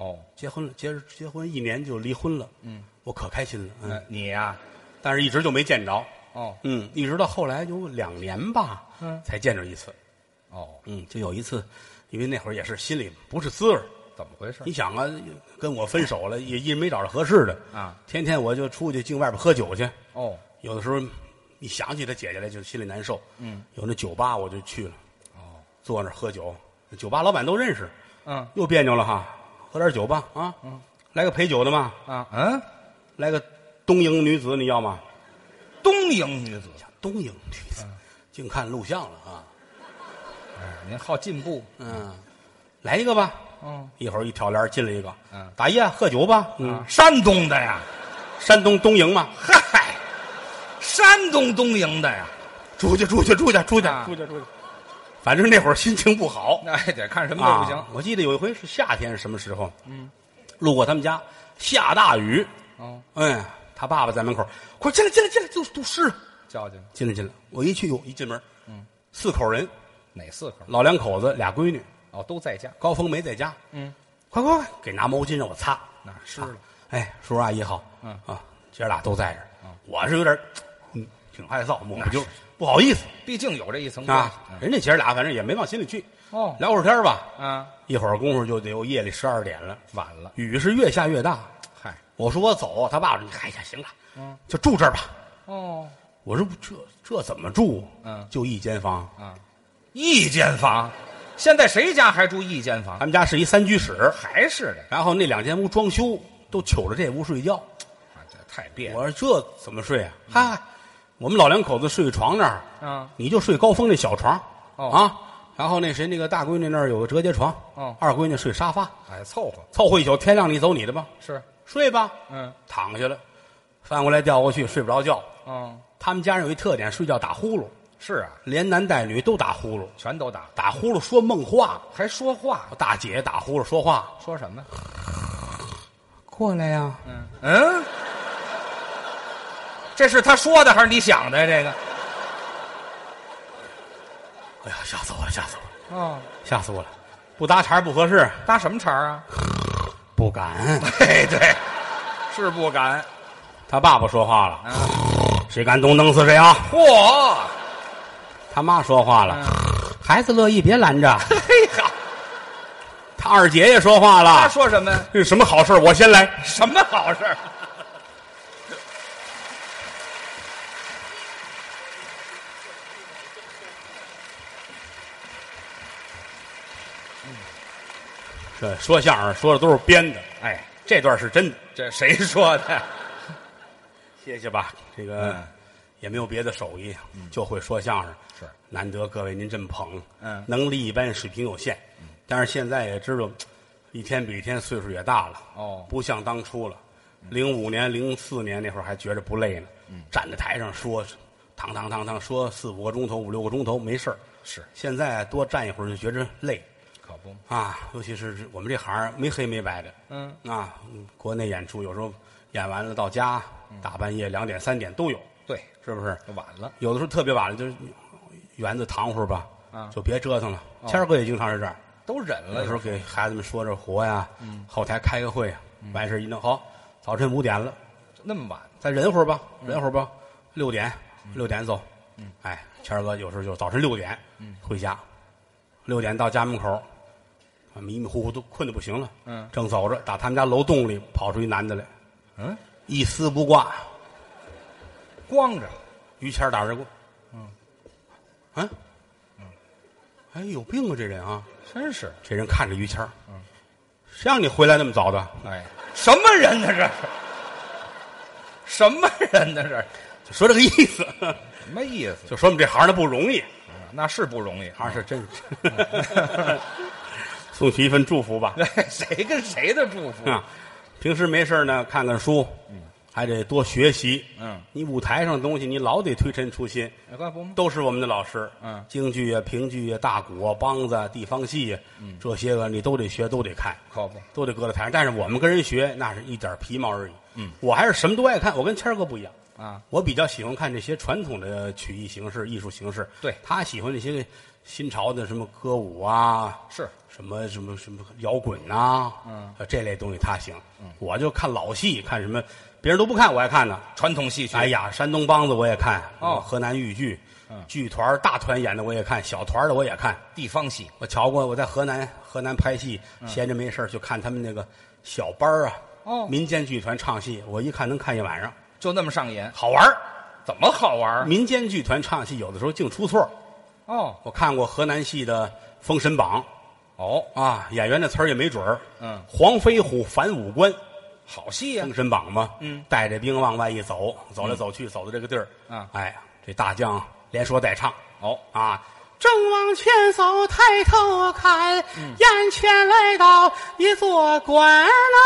哦， 结婚了，结结婚一年就离婚了。 嗯， 我可开心了。嗯， 呃你呀、 但是一直就没见着。 哦， 嗯，一直到后来有两年吧， 嗯， 才见着一次。 哦， 嗯，就有一次，因为那会儿也是心里不是滋味儿。 怎么回事你？想啊，跟我分手了，也一直没找着合适的啊， 天天我就出去净外边喝酒去。 哦， 有的时候一想起他姐姐来，就心里难受。 嗯， 有那酒吧我就去了， 哦， 坐那儿喝酒，酒吧老板都认识， 嗯又别扭了哈，喝点酒吧啊， 嗯， 来个陪酒的嘛， 啊，嗯， 来个东瀛女子你要吗？ 东瀛女子， 东瀛女子，净看录像了啊。 哎，您好进步。 嗯，来一个吧。 嗯， 一会儿一挑帘进来一个， 嗯， 大爷喝酒吧。嗯， 啊，山东的呀， 山东东营嘛。 嗨，山东东营的呀， 出去出去出去出去啊出去出去，反正那会儿心情不好。 哎，得看什么都不行。 啊，我记得有一回是夏天，是什么时候？ 嗯， 路过他们家，下大雨。 哦， 嗯，他爸爸在门口，快进来进来进来，都都湿了。 叫进来， 进来进来，我一去哟，一进门， 嗯， 四口人， 哪四口？ 老两口子，俩闺女， 哦，都在家。 高峰没在家。 嗯， 快快快，给拿毛巾让我擦。 哪湿了？ 哎，叔叔阿姨好。 嗯啊，姐儿俩都在这儿。 嗯我是有点，嗯，挺害臊，摸不就不好意思毕竟有这一层关啊系。。 人家姐儿俩反正也没往心里去， 哦， 聊会儿天吧。 啊， 一会儿功夫就得有夜里十二点了， 晚了。 雨是越下越大。 嗨， 我说我走，他爸说：“哎呀，行了， 嗯， 就住这儿吧。 哦，” 我说：“这这怎么住？ 嗯就一间房。 啊，一间房，现在谁家还住一间房他？们家是一三居室， 还是的， 然后那两间屋装修，都瞅着这屋睡觉。 啊，这太别扭。 我说这怎么睡啊？嗨，我们老两口子睡床那儿， 啊， 你就睡高峰那小床。 哦啊，然后那谁那个大闺女那儿有个折叠床。 哦二闺女睡沙发， 哎，凑合凑合一宿，天亮你走你的吧， 是， 睡吧。 嗯， 躺下了，翻过来调过去，睡不着觉。 哦， 他们家人有一特点，睡觉打呼噜， 是啊， 连男带女都打呼噜， 全都打， 打呼噜说梦话。 还说话， 我大姐打呼噜说话， 说什么？ 过来呀、 嗯嗯，这是他说的还是你想的呀？这个， 哎呀，吓死我了，吓死我了， 哦， 吓死我了！不搭茬不合适， 搭什么茬啊？ 不敢。 嘿，对，是不敢。 他爸爸说话了， 啊， 谁敢动弄死谁啊？ 嚯， 他妈说话了， 嗯孩子乐意别拦着。 嘿好， 他二姐也说话他了， 说什么？ 这是什么好事我先来。 什么好事？ 这说相声说的都是编的， 哎， 这段是真的。 这谁说的？ 谢谢吧，这个、 嗯也没有别的手艺，就会说相声。 是， 难得各位您这么捧， 嗯能力一般，水平有限，但是现在也知道，一天比一天岁数也大了， 哦不像当初了。零五年、零四年那会儿还觉着不累呢，站在台上说，堂堂堂堂说四五个钟头、五六个钟头没事儿。 是， 现在多站一会儿就觉着累可不， 啊，尤其是我们这行没黑没白的， 嗯啊，国内演出有时候演完了到家大半夜两点三点都有， 对， 是不是？ 晚了。 有的时候特别晚了，就是园子躺会儿吧， 啊就别折腾了。 哦谦儿哥也经常是这样， 都忍了， 有时候给孩子们说着活呀，后台开个会，完事儿一弄好，早晨五点了， 那么晚， 再忍会儿吧，忍会儿吧，六点六点走，哎，谦儿哥有时候就早晨六点回家，六点到家门口，迷迷糊糊都困得不行了， 嗯正走着，打他们家楼洞里跑出一男的来， 嗯， 一丝不挂， 光着， 于谦儿打着过，嗯，啊，哎，有病啊这人啊！ 真是， 这人看着于谦儿，嗯，谁让你回来那么早的？ 哎，什么人呢？这是什么人呢？这是就说这个意思， 什么意思？ 就说我们这行的不容易， 那是不容易， 行是真是。送去一份祝福吧。 谁跟谁的祝福？ 啊，平时没事呢，看看书，嗯，还得多学习。 嗯， 你舞台上的东西，你老得推陈出新， 哎，怪不吗？ 都是我们的老师。 嗯京剧啊、评剧啊、大鼓啊、梆子啊、地方戏啊，嗯，这些个你都得学，都得看。 可不， 都得搁在台上，但是我们跟人学那是一点皮毛而已。嗯，我还是什么都爱看，我跟谦儿哥不一样。 啊， 我比较喜欢看这些传统的曲艺形式、艺术形式。 对， 他喜欢这些个新潮的什么歌舞啊， 是什么什么什么摇滚呐， 嗯， 这类东西他行。嗯，我就看老戏，看什么别人都不看，我爱看呢。 传统戏曲。 哎呀，山东梆子我也看， 哦河南豫剧， 嗯剧团大团演的我也看，小团的我也看。 地方戏。 我瞧过，我在河南河南拍戏，闲着没事儿就看他们那个小班儿啊， 哦民间剧团唱戏，我一看能看一晚上， 就那么上演， 好玩儿。 怎么好玩？ 民间剧团唱戏有的时候净出错。 哦我看过河南戏的《封神榜哦，》 啊，演员的词儿也没准儿。 嗯， 黄飞虎反五关， 好戏呀封。神榜嘛， 嗯， 带着兵往外一走，走来走去，走到这个地儿， 啊哎，这大将连说带唱哦， 啊，正往前走，抬头看，眼前来到一座关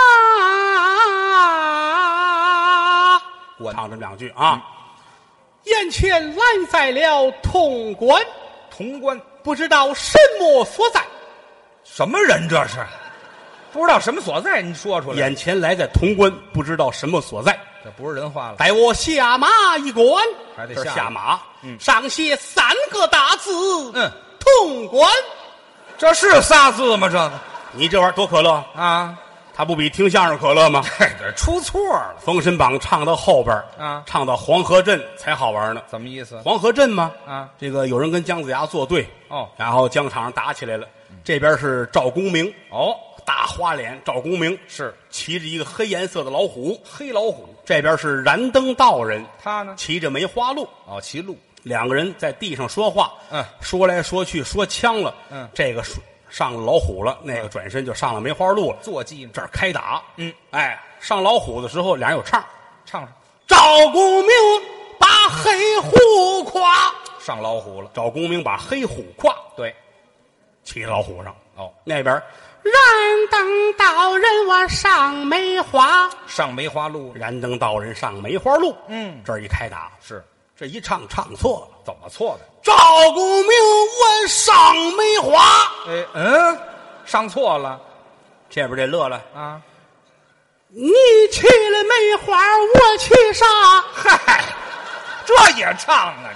啊， 关唱这么两句啊，眼前来在了潼关， 潼关不知道什么所在。 什么人这是？不知道什么所在，你说出来。 眼前来在潼关，不知道什么所在。 这不是人话了。 待我下马一关，这是还得下下马， 嗯上写三个大字， 嗯， 潼关。 这是仨字吗？这个你这玩意儿多可乐， 啊， 他不比听相声可乐吗？ 这这出错了 《封神榜》唱到后边儿啊唱到黄河镇才好玩呢。 怎么意思？ 黄河镇嘛， 啊， 这个有人跟姜子牙作对， 哦然后疆场上打起来了。这边是赵公明， 哦， 大花脸赵公明是骑着一个黑颜色的老虎， 黑老虎。 这边是燃灯道人， 他呢？ 骑着梅花鹿。 哦，骑鹿。 两个人在地上说话， 嗯说来说去说呛了， 嗯这个说上了老虎了，那个转身就上了梅花鹿了， 坐骑这儿开打， 嗯， 哎，上老虎的时候俩人有唱， 唱上赵公明把黑虎跨， 上老虎了。 赵公明把黑虎跨， 对， 骑老虎上， 哦， 那边燃灯道人我上梅花， 上梅花鹿。 燃灯道人上梅花鹿， 嗯这儿一开打， 是这一唱唱错了。 怎么错的？ 赵公明我上梅花， 哎嗯，上错了这边这乐了， 啊！ 你骑了梅花，我骑啥？ 嗨，这也唱啊？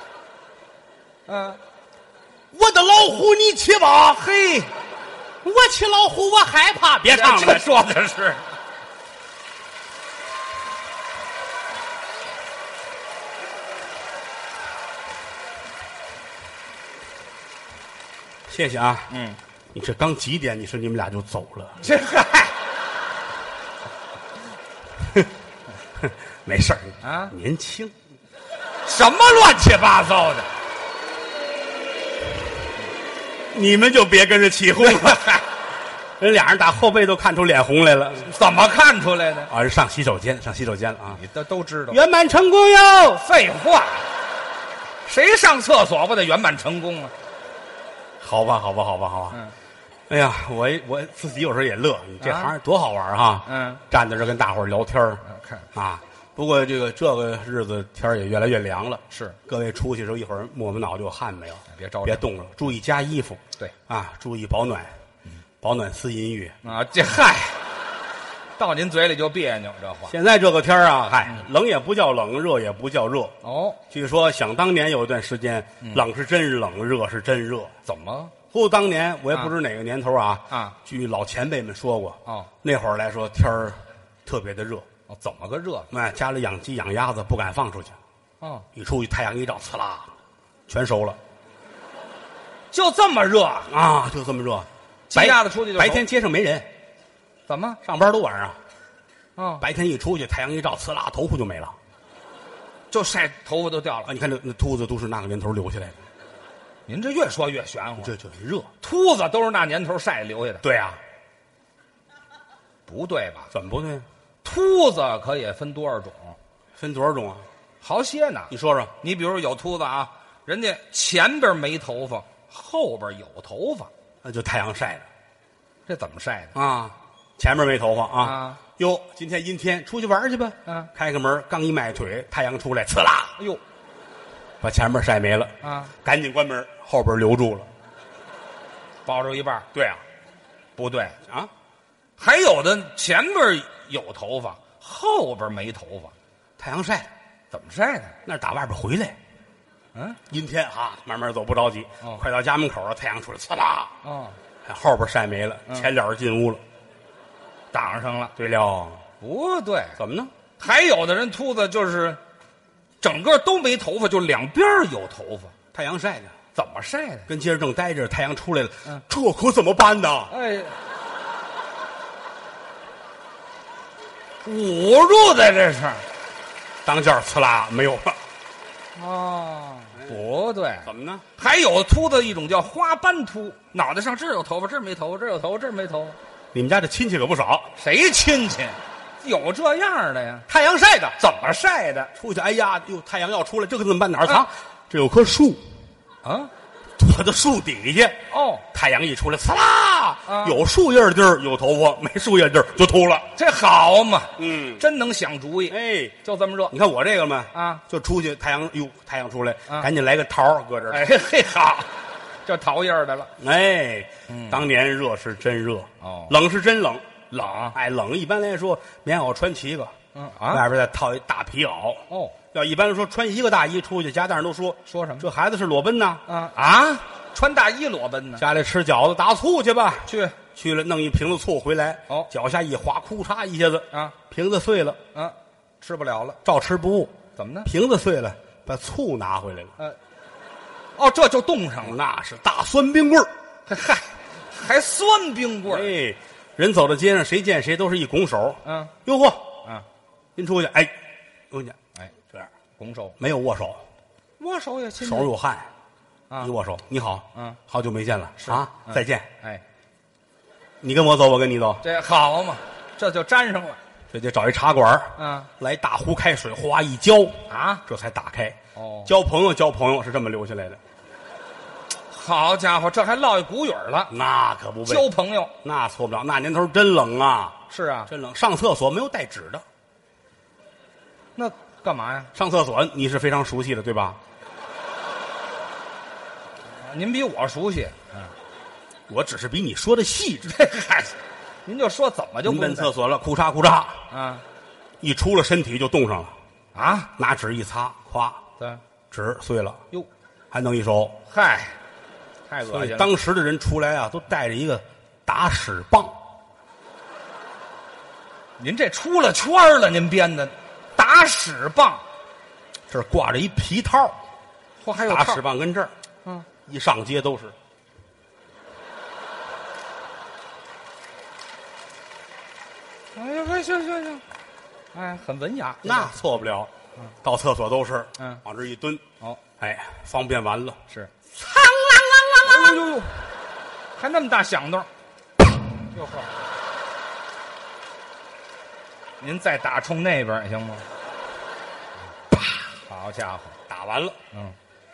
嗯， 我的老虎你骑吧， 嘿， 我骑老虎我害怕，别唱了。 这说的是谢谢啊， 嗯， 你这刚几点？你说你们俩就走了？ 这嗨没事儿啊年轻。 什么乱七八糟的？ 你们就别跟着起哄了。人俩人打后背都看出脸红来了。 怎么看出来的？ 啊，人上洗手间，上洗手间了啊！ 你都都知道。 圆满成功哟！ 废话，谁上厕所不得圆满成功啊？ 好吧，好吧，好吧，好吧。 嗯， 哎呀，我我自己有时候也乐，你这啊行多好玩哈！ 嗯， 站在这跟大伙儿聊天儿看啊。不过这个这个日子天儿也越来越凉了， 是各位出去的时候一会儿摸摸脑就有汗没有？ 别着急别冻着，注意加衣服。 对啊，注意保暖，保暖思淫欲。 啊，这嗨，到您嘴里就别扭，这话。 现在这个天儿啊，嗨，冷也不叫冷，热也不叫热。 哦， 据说想当年有一段时间，冷是真冷，热是真热。 怎么？ 不，当年我也不知哪个年头啊啊据老前辈们说过， 哦， 那会儿来说天儿特别的热， 哦，怎么个热？ 哎，家里养鸡养鸭子不敢放出去， 哦， 一出去太阳一照，呲啦，全熟了就这么热？ 啊，就这么热。 鸡鸭子出去就熟白天街上没人， 怎么？ 上班都晚上， 哦， 白天一出去太阳一照，呲啦，头发就没了就晒头发都掉啊！ 了。 你看这那秃子都是那个年头留下来的， 您这越说越玄乎。 这就是热。 秃子都是那年头晒留下的， 对啊， 不对吧？ 怎么不对？ 秃子可也分多少种， 分多少种啊？ 好些呢。 你说说。 你比如有秃子啊，人家前边没头发，后边有头发， 那就太阳晒的这怎么晒的？ 啊，前面没头发啊。 啊哟，今天阴天，出去玩去吧。 嗯开个门，刚一迈腿，太阳出来，呲啦， 哎呦把前面晒没了啊， 赶紧关门，后边留住了。 包着一半。 对啊， 不对， 啊， 还有的前边有头发，后边没头发， 太阳晒怎么晒的？ 那是打外边回来。 嗯， 阴天哈，慢慢走不着急。 哦快到家门口了，太阳出来，呲啦， 哦， 后边晒没了， 嗯前脸进屋了。 挡上了。 对了， 不对， 怎么呢？ 还有的人秃子就是整个都没头发，就两边有头发， 太阳晒的， 怎么晒的？ 跟街上正待着，太阳出来了， 嗯这可怎么办呢？ 哎，捂住的这是。 当间呲啦没有了。 哦，不对， 怎么呢？ 还有秃的一种叫花斑秃，脑袋上这儿有头发，这儿没头发，这儿有头发，这儿没头发。 你们家这亲戚可不少， 谁亲戚有这样的呀？ 太阳晒的， 怎么晒的？ 出去，哎呀，哟，太阳要出来，这可怎么办？哪儿藏？这有棵树， 啊？ 躲到树底下。 哦， 太阳一出来，呲啦， 啊有树叶的地儿有头发，没树叶的地儿就秃了。 这好嘛， 嗯， 真能想主意。 哎， 就这么热你看我这个嘛， 啊！ 就出去，太阳，哟，太阳出来， 啊赶紧来个桃儿搁这儿。 哎嘿好，这桃叶儿的了。 哎， 嗯当年热是真热， 哦冷是真冷。 冷哎，冷一般来说，棉袄穿七个， 嗯啊外边再套一大皮袄。 哦， 要一般说穿一个大衣出去，家大人都说说什么这孩子是裸奔呐。 啊啊！穿大衣裸奔呢？ 家里吃饺子打醋去吧， 去去了弄一瓶子醋回来， 哦脚下一滑，哭嚓一下子， 啊瓶子碎了， 啊，吃不了了。 照吃不误。 怎么呢？ 瓶子碎了，把醋拿回来了， 呃，哦，这就冻上了。 那是大酸冰棍儿。 嗨，还酸冰棍儿。 哎，人走到街上，谁见谁都是一拱手。 嗯哟嚯， 啊， 您出去，哎，出去， 哎， 这样拱手， 没有握手， 握手也亲手有汗， 啊一握手，你好， 嗯， 好久没见了， 是啊， 嗯再见， 哎， 你跟我走，我跟你走， 这好嘛，这就粘上了。 这就找一茶馆儿嗯来大壶开水，哗一浇， 啊， 这才打开。 哦交朋友，交朋友是这么留下来的， 好家伙，这还落一古语儿了。 那可不交背， 朋友那错不了。那年头真冷啊， 是啊， 真冷。上厕所没有带纸的， 那干嘛呀？ 上厕所你是非常熟悉的，对吧？ 您比我熟悉。嗯， 我只是比你说的细致。 这嗨，您就说怎么就您不奔厕所了，裤嚓裤嚓， 啊一出了身体就冻上了， 啊？ 拿纸一擦，咵， 对， 纸碎了， 哟， 还弄一手。 嗨，太恶所以心了。 当时的人出来啊，都带着一个打屎棒。 您这出了圈儿了，您编的打屎棒， 这儿挂着一皮套， 嚯，还有套打屎棒跟这儿， 嗯， 一上街都是。 哎呀，行行行，哎，很文雅。 那错不了，到厕所都是， 嗯往这一蹲， 哦， 哎，方便完了， 是， 苍啷啷啷啷啷， 呦呦呦，还那么大响动，哟呵，您再打冲那边行吗？啪！好家伙， 打完了， 嗯，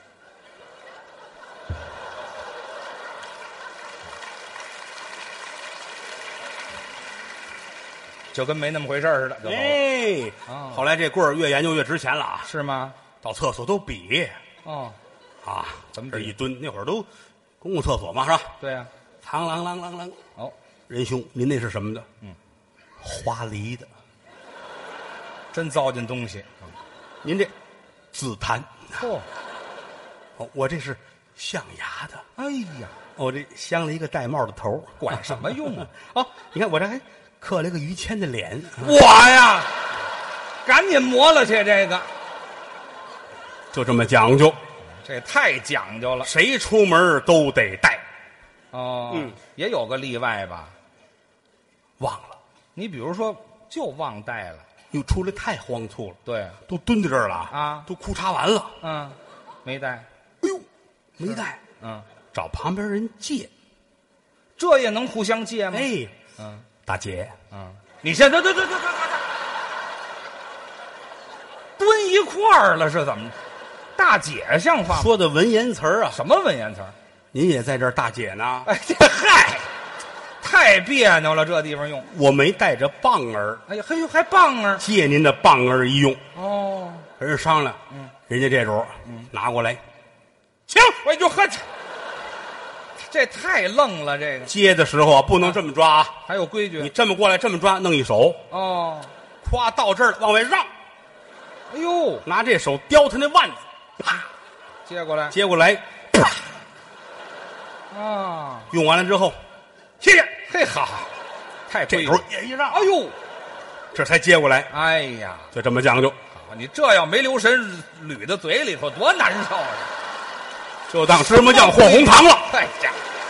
就跟没那么回事儿似的，就走了哎， 哦后来这棍儿越研究越值钱了啊， 是吗？ 到厕所都比哦， 啊， 怎么比这一蹲，那会儿都公共厕所嘛，是吧？ 对呀、 苍啷啷啷啷， 哦， 仁兄，您那是什么的？ 嗯， 花梨的。 真糟践东西。 您这紫檀， 嚯、 哦，我这是象牙的。 哎呀， 我这镶了一个戴帽的头儿， 管什么用啊？ 哦，你看我这还刻了一个于谦的脸， 我呀，赶紧磨了去，这个就这么讲究， 这太讲究了。 谁出门都得带。 哦， 嗯， 也有个例外吧？ 忘了， 你比如说，就忘带了。 又出来太荒促了， 对， 都蹲在这儿了啊都裤衩完了， 嗯，没带。 哎呦，没带， 嗯， 找旁边人借。 这也能互相借吗？ 哎， 嗯大姐， 嗯，你先，对对对对对对，蹲一块儿了是怎么着？大姐像话吗？ 说的文言词儿啊， 什么文言词儿？ 您也在这儿，大姐呢？ 哎，这嗨，太别扭了，这地方用。 我没带着棒儿， 哎呀，嘿呦，还棒儿借您的棒儿一用。 哦。 跟人商量， 嗯， 人家这主， 嗯， 拿过来，行。 哎呦呵，这这太愣了，这个接的时候啊，不能这么抓啊， 还有规矩。 你这么过来，这么抓，弄一手， 哦， 夸到这儿往外让， 哎呦， 拿这手叼他那腕子，啪， 接过来， 接过来，啪， 啊， 用完了之后，谢谢， 嘿好，太这头也一让， 哎呦， 这才接过来， 哎呀， 就这么讲究， 好，你这要没留神捋到嘴里头，多难受啊！ 就当芝麻酱和红糖了。 哎呀，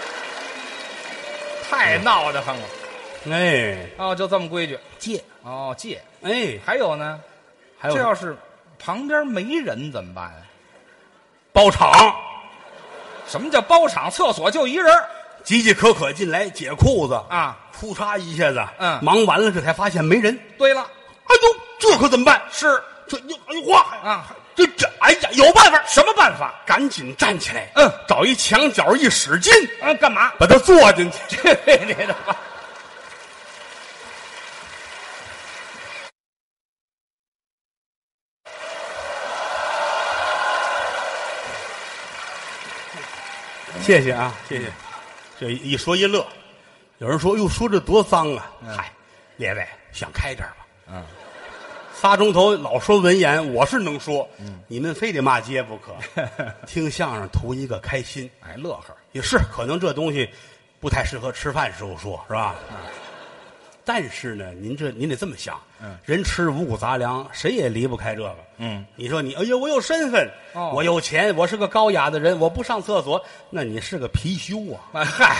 太闹得慌了。 哎， 哦，就这么规矩。 借， 哦，借。 哎， 还有呢？ 还有这要是旁边没人怎么办啊？ 包场， 什么叫包场？厕所就一人饥饥渴渴进来解裤子啊， 扑嚓一下子， 嗯， 忙完了这才发现没人。 对了， 哎呦，这可怎么办？ 是这哟，哎呦哇啊， 这这，哎呀，有办法， 什么办法？ 赶紧站起来， 嗯， 找一墙角一使劲， 嗯，干嘛？ 把他坐进去。 去你的吧！ 谢谢啊，谢谢。这一说一乐，有人说：“哟，说这多脏啊！”嗨，列位想开点吧。 嗯， 仨钟头老说文言，我是能说，你们非得骂街不可。听相声图一个开心， 哎，乐呵也是可能这东西不太适合吃饭时候说，是吧？但是呢，您这您得这么想， 嗯， 人吃五谷杂粮，谁也离不开这个。 嗯， 你说你，哎呦，我有身份， 哦我有钱，我是个高雅的人，我不上厕所，那你是个貔貅啊！ 哎嗨，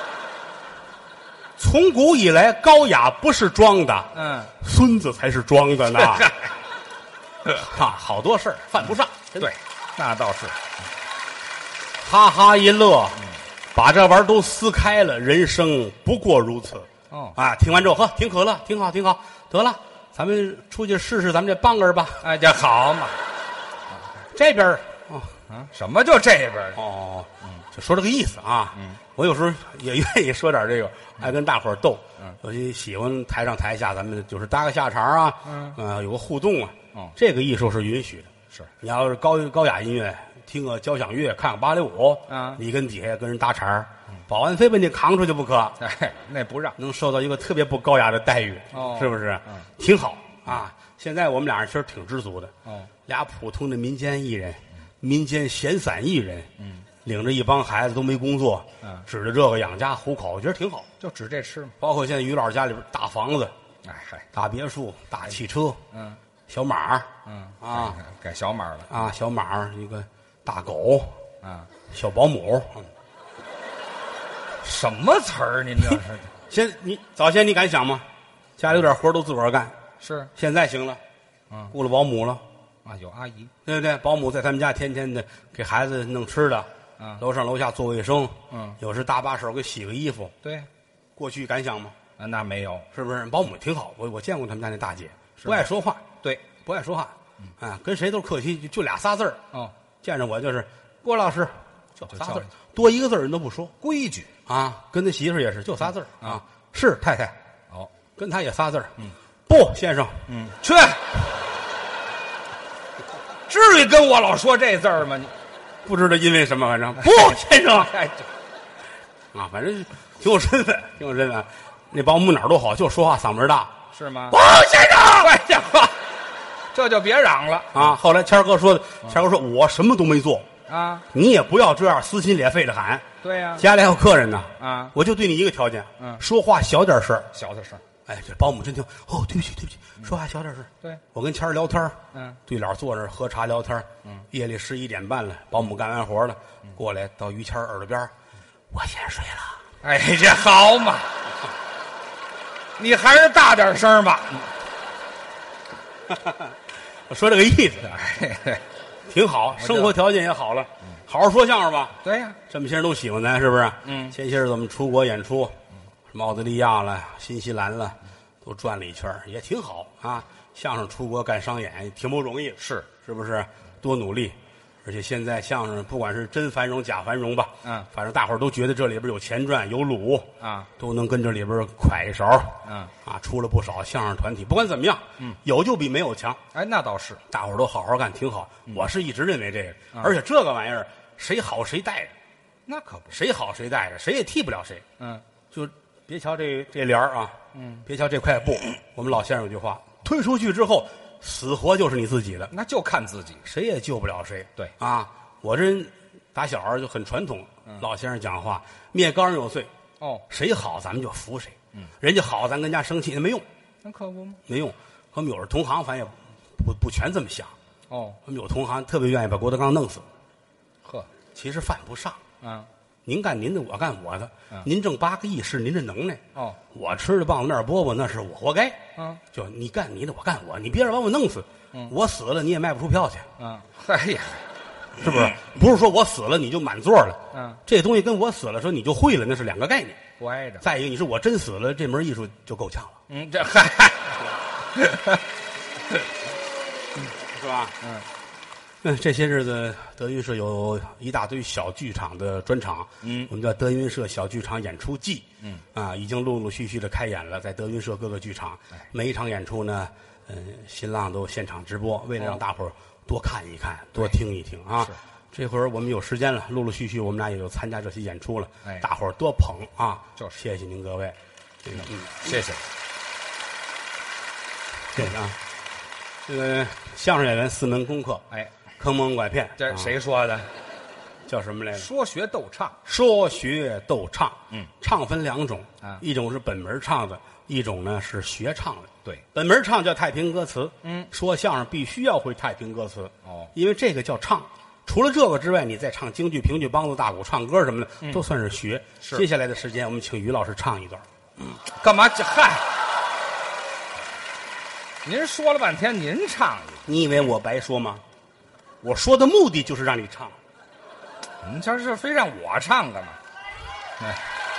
从古以来，高雅不是装的， 嗯， 孙子才是装的呢。 嗨， 哈，好多事儿犯不上，真的对，那倒是。 哈哈一乐，把这玩意儿都撕开了，人生不过如此。 哦啊，听完之后，呵，挺可乐，挺好，挺好。得了，咱们出去试试咱们这棒儿吧。 哎，这好嘛。 这边儿哦啊，什么就这边儿？ 哦，就说这个意思啊。 嗯， 我有时候也愿意说点这个，爱跟大伙儿斗。 嗯， 尤其喜欢台上台下，咱们就是搭个下茬啊。 嗯， 呃，有个互动啊。 哦， 这个艺术是允许的。 是， 你要是高高雅音乐，听个交响乐，看个芭蕾舞， 啊你跟底下跟人搭茬儿，保安非把你扛出去不可。 哎，那不让。 能受到一个特别不高雅的待遇， 哦是不是？ 嗯， 挺好啊。现在我们俩人其实挺知足的， 哦， 俩普通的民间艺人，民间闲散艺人， 嗯， 领着一帮孩子都没工作， 嗯， 指着这个养家糊口，我觉得挺好。 就指这吃嘛。 包括现在于老师家里边大房子、 哎嗨， 大别墅、大汽车、 嗯小马儿嗯啊改改小码了啊，小马儿一个大狗、 啊。 小保姆。嗯什么词儿？您这是？ 先你早先你敢想吗？家里有点活都自个儿干， 是现在行了， 嗯雇了保姆了。 啊，有阿姨。 对不对？保姆在他们家天天的给孩子弄吃的， 嗯楼上楼下做卫生， 嗯， 有时搭把手给洗个衣服。 对， 过去敢想吗？ 啊，那没有。 是不是？保姆挺好，我我见过他们家那大姐， 是不爱说话， 对， 不爱说话，啊，跟谁都客气，就就俩仨字儿。 哦， 见着我就是郭老师，就就叫仨字儿，多一个字儿人都不说规矩。 啊。跟他媳妇儿也是，就仨字儿嗯啊，是太太， 哦， 跟他也仨字儿。嗯，不，先生， 嗯，去。至于跟我老说这字儿吗？你不知道因为什么，反正不，先生。 哎， 啊，反正挺有身份，挺有身份。那保姆哪儿都好，就说话嗓门大。 是吗？ 不，先生， 快点话，这就别嚷了啊！后来谦儿哥说的，谦儿哥说我什么都没做， 啊！ 你也不要这样撕心裂肺的喊。 对呀、 家里还有客人呢， 啊， 我就对你一个条件， 嗯说话小点声。 小点声。 哎，这保姆真听，哦，对不起，对不起，说话小点声。 对， 我跟谦儿聊天儿嗯， 对脸坐那儿喝茶聊天儿嗯， 夜里十一点半了，保姆干完活了，过来到于谦儿耳朵边儿我先睡了。 哎，这好嘛！你还是大点声吧。 我说这个意思， 哎， 挺好， 知道生活条件也好了，好好说相声吧。 对呀、 这么些人都喜欢咱，是不是？ 嗯前些日子我们出国演出，什么澳大利亚了、新西兰了，都转了一圈儿，也挺好啊。相声出国干商演挺不容易的， 是是不是？多努力！而且现在相声不管是真繁荣假繁荣吧， 嗯反正大伙儿都觉得这里边有钱赚，有卤啊， 都能跟这里边蒯一勺， 嗯啊，出了不少相声团体。不管怎么样， 嗯， 有就比没有强。 哎，那倒是。 大伙儿都好好干，挺好。我是一直认为这个， 嗯而且这个玩意儿谁好谁带着， 那可不。 谁好谁带着，谁也替不了谁。 嗯就别瞧这这帘儿啊， 嗯， 别瞧这块布，我们老先生有句话，推出去之后， 死活就是你自己的， 那就看自己。 谁也救不了谁。 对啊，我这人打小儿就很传统， 嗯、 老先生讲话，灭羔人有罪。 哦， 谁好咱们就服谁，嗯，人家好咱跟家生气那没用， 那可不吗？ 没用。我们有的同行反正也不不全这么想。 哦， 我们有同行特别愿意把郭德纲弄死。 呵， 其实犯不上。 嗯， 您干您的，我干我的。 嗯、 您挣八个亿是您的能耐。 哦， 我吃的棒子面饽饽那是我活该。 嗯， 就你干你的，我干我，你别人把我弄死。 嗯， 我死了你也卖不出票去。 嗯，哎呀， 是不是？不是说我死了你就满座了。 嗯， 这东西跟我死了说你就会了，那是两个概念。 不挨着。 再一个，你说我真死了，这门艺术就够呛了。 嗯，这嗨， 是吧？ 嗯。 嗯，这些日子德云社有一大堆小剧场的专场， 嗯， 我们叫德云社小剧场演出季， 嗯， 啊，已经陆陆续续的开演了，在德云社各个剧场， 哎、 每一场演出呢，嗯、呃，新浪都现场直播，为了让大伙儿多看一看，哦、多听一听啊。 是， 这会儿我们有时间了，陆陆续续我们俩也有参加这些演出了， 哎， 大伙儿多捧啊！ 就是， 谢谢您各位，这个，嗯， 谢谢， 谢谢啊。这个相声演员四门功课， 哎。 坑蒙拐骗， 这谁说的？啊、 叫什么来着？ 说学逗唱， 说学逗唱。 嗯， 唱分两种啊， 一种是本门唱的，一种呢是学唱的。 对， 本门唱叫太平歌词。 嗯， 说相声必须要会太平歌词。 哦， 因为这个叫唱。除了这个之外，你再唱京剧、评剧、梆子、大鼓、唱歌什么的， 嗯、 都算是学。 是。 接下来的时间，我们请于老师唱一段。 嗯，干嘛这嗨？您说了半天，您唱一个， 你以为我白说吗？我说的目的就是让你唱， 您这是非让我唱干嘛？哎，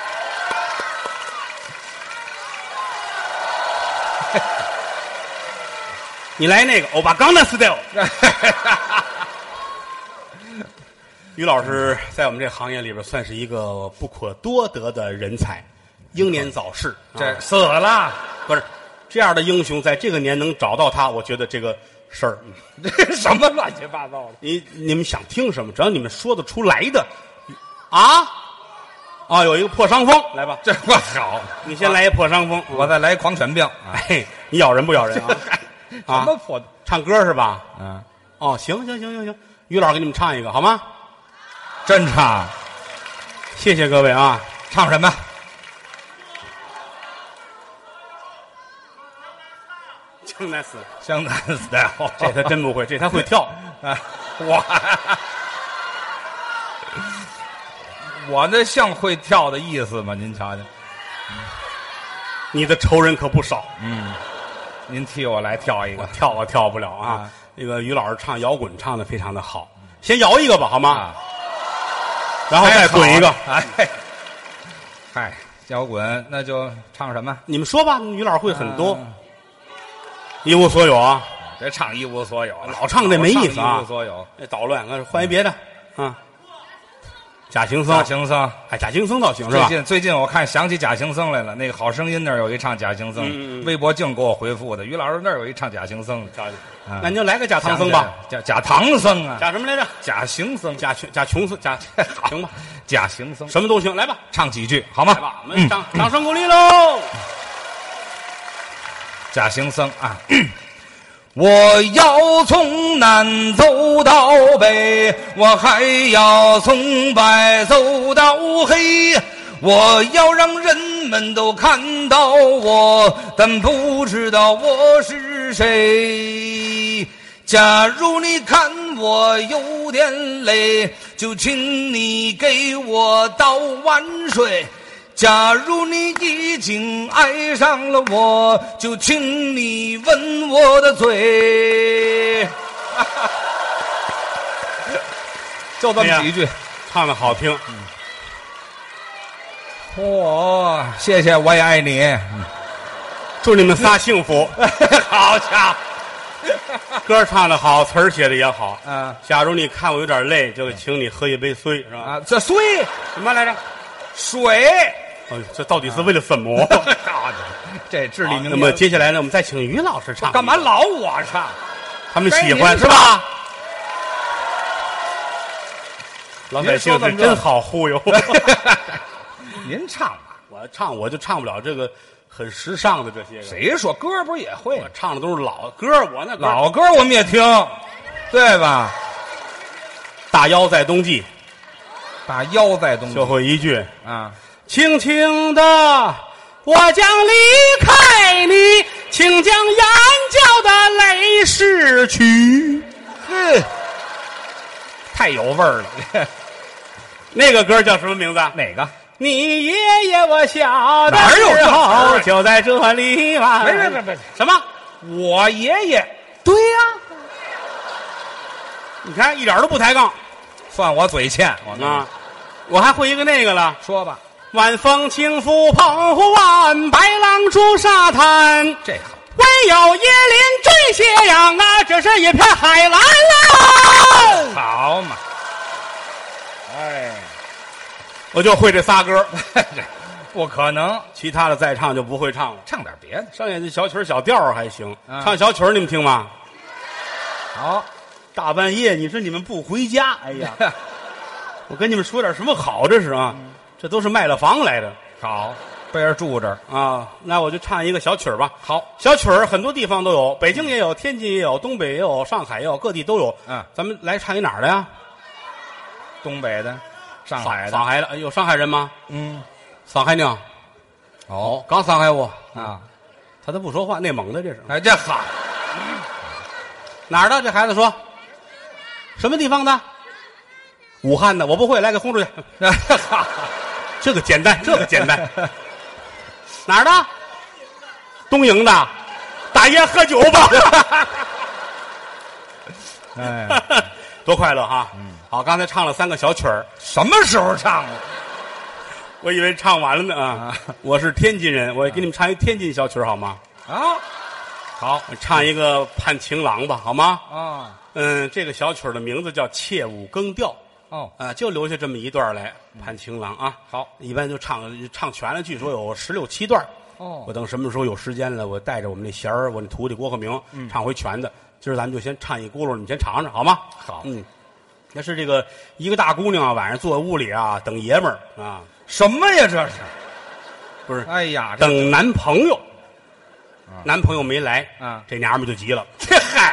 你来那个欧巴刚的 style。于老师在我们这行业里边算是一个不可多得的人才，英年早逝， 这、 啊、 死了不是这样的英雄，在这个年能找到他，我觉得这个事儿， 这什么乱七八糟的？ 你你们想听什么？只要你们说得出来的，啊啊，有一个破伤风，来吧， 这话好， 你先来一破伤风， 我再来一狂犬病。 哎，你咬人不咬人啊？ 什么破？ 唱歌是吧？ 嗯， 哦，行行行行行，于老师给你们唱一个好吗？ 真唱， 谢谢各位啊！ 唱什么？ 江南 style， 江南 style， 这他真不会，这他会跳啊！我我那像会跳的意思吗？您瞧瞧， 你的仇人可不少。 嗯，您替我来跳一个， 我跳我跳不了啊！ 啊那个于老师唱摇滚唱的非常的好，先摇一个吧，好吗？ 啊、 然后再滚一个。 哎，嗨，摇滚那就唱什么？ 你们说吧，于老师会很多。 啊一无所有啊！ 别唱一无所有， 老唱这没意思啊！ 一无所有， 这捣乱，换一别的啊。假行僧， 假行僧， 哎，假行僧倒行是吧？ 最近最近我看想起假行僧来了，那个好声音那儿有一唱假行僧， 嗯嗯微博净给我回复的。于老师那儿有一唱假行僧， 瞧瞧， 啊、 那您就来个假唐僧吧。 假假唐僧啊？ 假什么来着？ 假行僧， 假穷假穷僧，假行吧？ 假行僧， 什么都行，来吧， 唱几句好吗？ 来吧，我们掌掌声鼓励喽！ 假行僧啊。我要从南走到北，我还要从白走到黑，我要让人们都看到我，但不知道我是谁。假如你看我有点累，就请你给我倒碗水。假如你已经爱上了我，就请你吻我的嘴。就这么几句， 哎、唱的好听。 嚯、哦，谢谢，我也爱你。嗯、 祝你们仨幸福。 好家伙， 歌唱的好，词儿写的也好。 嗯， 假如你看我有点累，就请你喝一杯水，是吧？ 啊，这水什么来着？ 水。 哎呦，这到底是为了什么？ 这至理名言。 那么接下来呢，我们再请于老师唱。 干嘛老我唱？ 他们喜欢是吧？老百姓是真好忽悠。 您唱吧， 我唱我就唱不了这个很时尚的这些个。 谁说歌不是也会？ 我唱的都是老歌，我那歌老歌我们也听，对吧？ 大腰在冬季， 大腰在冬季就会一句啊， 轻轻的我将离开你，请将眼角的泪拭去。 嘿，太有味儿了。 那个歌叫什么名字？ 哪个？ 你爷爷我小的哪有时候这就在这里吧？ 别别别别！ 什么？ 我爷爷？ 对呀、啊，你看一点都不抬杠。 算我嘴欠，我啊，我还会一个那个了。 说吧， 晚风轻拂澎湖湾，白浪逐沙滩。 这好， 唯有椰林缀斜阳啊，这是一片海蓝蓝。 好嘛！哎， 我就会这仨歌， 不可能， 其他的再唱就不会唱了。 唱点别的。 剩下的小曲儿小调儿还行， 嗯唱小曲儿你们听吗？ 好， 大半夜你说你们不回家，哎呀，我跟你们说点什么好？这是啊， 嗯这都是卖了房来的好，被人住这儿。 啊。那我就唱一个小曲儿吧。 好， 小曲儿很多地方都有，北京也有，天津也有，东北也有，上海也有，各地都有。 嗯， 咱们来唱一哪儿的呀？ 东北的，上海的， 上海的，哎有上海人吗？ 嗯， 上海呢？哦，刚上海我啊， 他都不说话，内蒙的这是哎，这好， 哪儿的？这孩子说什么地方的？武汉的，我不会，来给轰出去。 好， 这个简单，这个简单。哪儿的？东营的。大爷喝酒吧。 哎， 多快乐哈！嗯，好，刚才唱了三个小曲儿， 什么时候唱的？ 我以为唱完了呢啊！我是天津人，我给你们唱一天津小曲儿好吗？ 啊，好我唱一个《盼情郎》吧，好吗？ 啊， 嗯，这个小曲儿的名字叫《切五更调》。 哦， 啊，就留下这么一段来，《盼情郎》啊。 好， 一般就唱唱全了，据说有十六七段。 哦我等什么时候有时间了，我带着我们那弦儿，我那徒弟郭鹤鸣， 嗯唱回全的。今儿咱们就先唱一轱辘，你们先尝尝好吗？ 好嗯，那是这个一个大姑娘啊，晚上坐屋里啊等爷们儿啊， 什么呀？这是？ 不是哎呀，这等男朋友，男朋友没来， 啊这娘们就急了， 这嗨，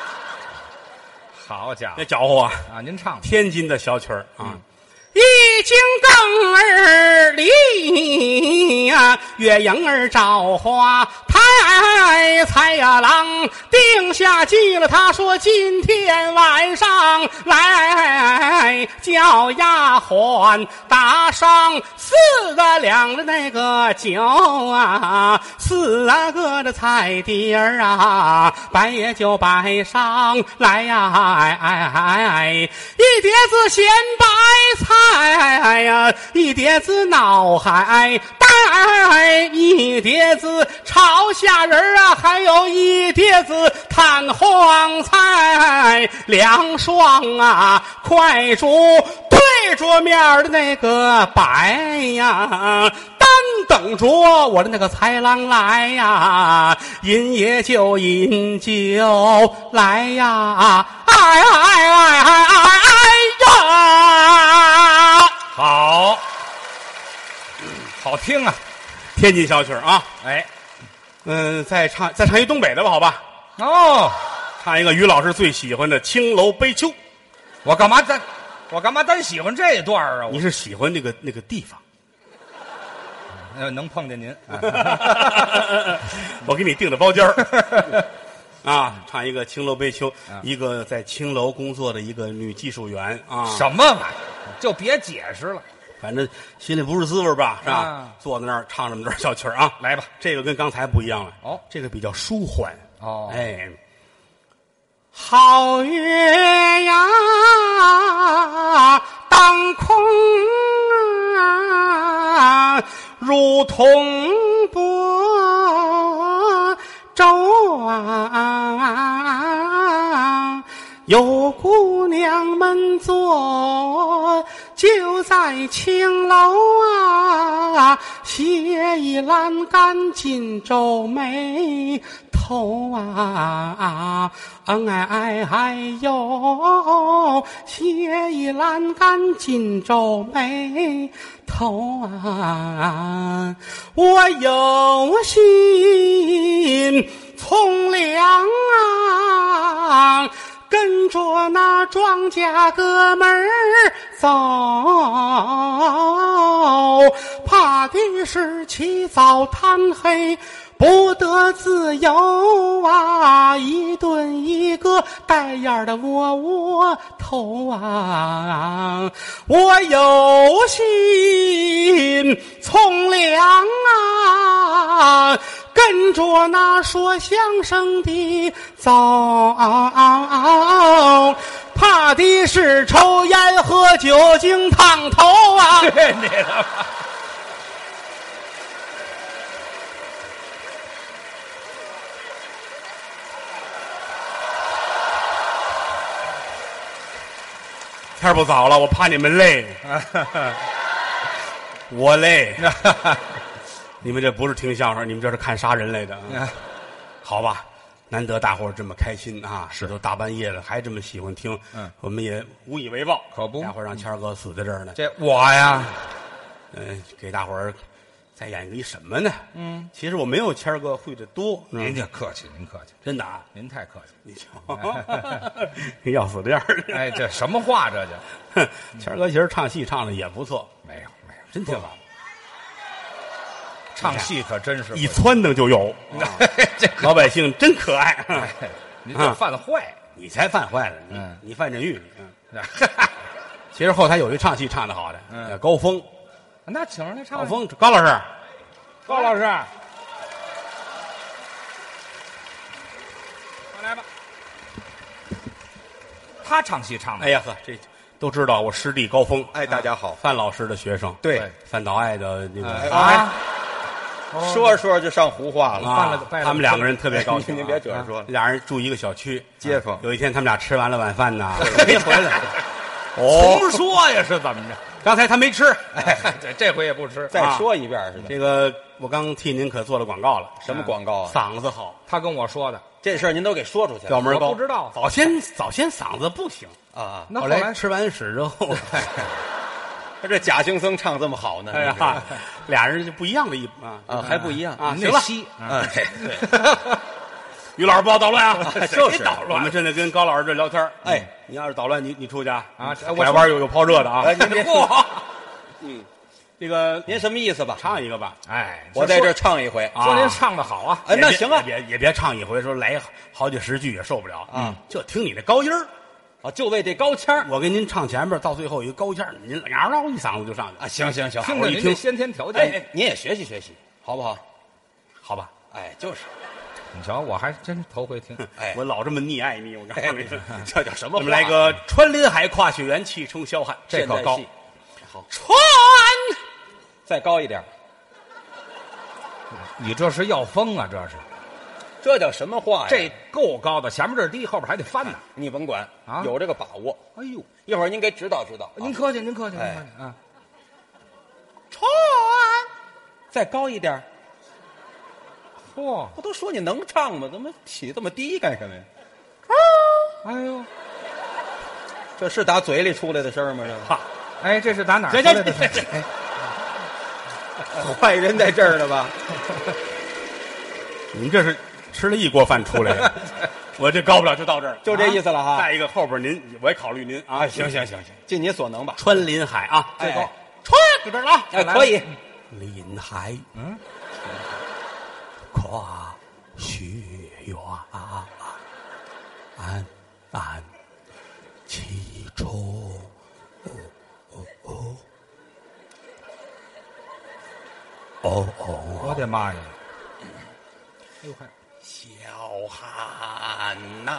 好家伙那搅和啊， 啊！您唱吧。 天津的小曲儿啊。一经更儿里呀，月影儿照花台彩呀郎定下计了，他说今天晚上来叫丫鬟打上四个两的那个酒啊，四个的菜碟儿啊，摆也就摆上来呀，哎哎哎，一碟子咸白菜。哎呀，一碟子脑海带，一碟子炒虾仁啊，还有一碟子炭黄菜，两双啊快煮对桌面的那个摆呀，单等着我的那个豺狼来呀，饮也就饮酒来呀，哎呀哎呀哎呀哎呀！ 好，好听啊！ 天津小曲儿啊， 哎， 嗯，再唱再唱一东北的吧，好吧？ 哦， 唱一个于老师最喜欢的《青楼悲秋》。 我干嘛单？我干嘛单喜欢这段啊？ 你是喜欢那个那个地方？ 我能碰见您， 我给你订的包间儿啊，唱一个《青楼悲秋》，一个在青楼工作的一个女技术员啊。 什么玩意儿？就别解释了。 反正心里不是滋味吧，是吧？ 啊坐在那儿唱这么段小曲儿啊， 来吧。 这个跟刚才不一样了， 哦， 这个比较舒缓。 哦， 哎，好月呀，当空啊，如同波舟啊，有姑娘们坐就在青楼啊。 啊，斜一栏杆紧皱眉头啊，嗯哎哎哎呦，斜一栏杆紧皱眉头啊，我有心从良啊，跟着那庄稼哥们儿走，怕的是起早贪黑不得自由啊，一顿一个带眼的窝窝头啊，我有心从良啊，跟着那说相声的走，怕的是抽烟喝酒精烫头啊！ 去你的吧！ 天不早了，我怕你们累，我累。你们这不是听相声，你们这是看杀人来的啊！好吧，难得大伙儿这么开心啊！是都大半夜了，还这么喜欢听，嗯，我们也无以为报， 可不， 大伙儿让谦儿哥死在这儿呢。 这我呀， 嗯，给大伙儿再演个一什么呢？嗯，其实我没有谦儿哥会的多。 您这客气，您客气， 真的啊， 您太客气。 你瞧，要死这样的。 哎，这什么话这就？谦儿哥其实唱戏唱的也不错， 没有没有， 真挺好。 唱戏可真是一撺掇就有， 这老百姓真可爱。 你这犯坏， 你才犯坏了，你嗯你范振钰，嗯，其实后台有一唱戏唱的好的， 嗯， 高峰， 那请人来唱。 高峰，高老师， 高老师，快来吧。他唱戏唱的， 哎呀呵，这都知道我师弟高峰， 哎，大家好， 范老师的学生， 对， 范岛爱的那个啊， 说着说着就上胡话了， 啊，他们两个人特别高兴， 您别这样说， 俩人住一个小区， 街坊。 有一天他们俩吃完了晚饭呢，没回来， 重说呀是怎么着？ 刚才他没吃， 哎，这这回也不吃。 再说一遍是吧？ 这个我刚替您可做了广告了， 什么广告啊？ 嗓子好， 他跟我说的， 这事儿您都给说出去了。 调门高， 我不知道早先早先嗓子不行啊， 那后来吃完屎之后， 他这假行僧唱这么好呢？ 哎呀，俩人就不一样的一啊啊，还不一样啊！行了， 西， 嗯， 于老师不要捣乱啊！ 就是我们正在跟高老师这聊天。 哎， 你要是捣乱，你你出去啊！ 啊， 拐弯有有泡热的啊！ 哎，您别嚯，嗯，这个您什么意思吧？ 唱一个吧。 哎， 我在这儿唱一回。 说您唱的好啊！ 哎，那行啊， 也别也别唱一回，说来好几十句也受不了啊！ 就听你那高音儿啊，就为这高腔儿， 我给您唱前面，到最后一个高腔儿，您嗷嗷一嗓子就上去啊！行行行， 听着您这先天条件， 哎，您也学习学习，好不好？ 好吧？ 哎，就是。 你瞧，我还真头回听。 哎， 我老这么溺爱你，我告诉你， 这叫什么？ 我们来个穿林海，跨雪原，气冲霄汉，这可高。 好， 穿， 再高一点。 你这是要疯啊！这是， 这叫什么话呀？ 这够高的，前面这低，后边还得翻呢。 你甭管啊， 有这个把握。 哎呦， 一会儿您给指导指导。 您客气，您客气，您客气啊。 穿，再高一点。 嚯！ 不都说你能唱吗？怎么起这么低干什么呀？ 哎呦， 这是打嘴里出来的声儿吗？这哈，哎，这是打哪儿出来的声儿？ 坏人在这儿呢吧？ 你们这是吃了一锅饭出来的，我这高不了，就到这儿， 就这意思了哈。 再一个后边您，我也考虑您啊。 行行行行，尽你所能吧。 穿林海啊， 最高， 穿就这儿了啊。 哎，可以。 林海， 嗯。 跨雪原，安安气冲，哦哦哦哦！ 我的妈呀！哎呦， 小汉呐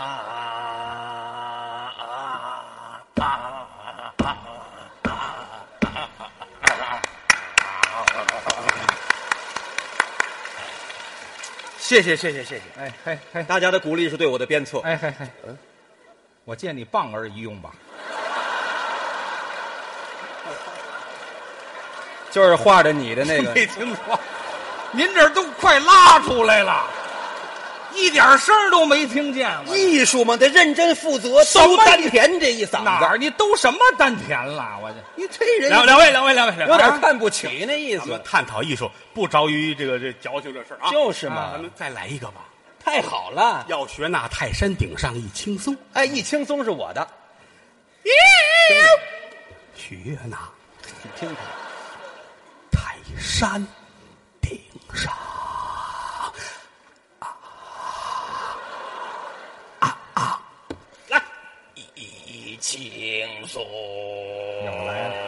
谢谢谢谢谢谢！ 哎嘿嘿， 大家的鼓励是对我的鞭策。 哎嘿嘿，嗯，我借你棒儿一用吧。 就是画着你的那个。 没听说，您这都快拉出来了，一点声都没听见。 艺术嘛，得认真负责，都丹田这一嗓子。 哪儿？你都什么丹田了？我这你这人两两位两位两位， 有点看不起那意思咱们。探讨艺术，不着于这个这矫情这事儿啊。 就是嘛， 咱们再来一个吧。 太好了。 要学那泰山顶上一轻松， 哎，一轻松是我的。 学那你听听， 泰山顶上来一轻松。 有来了。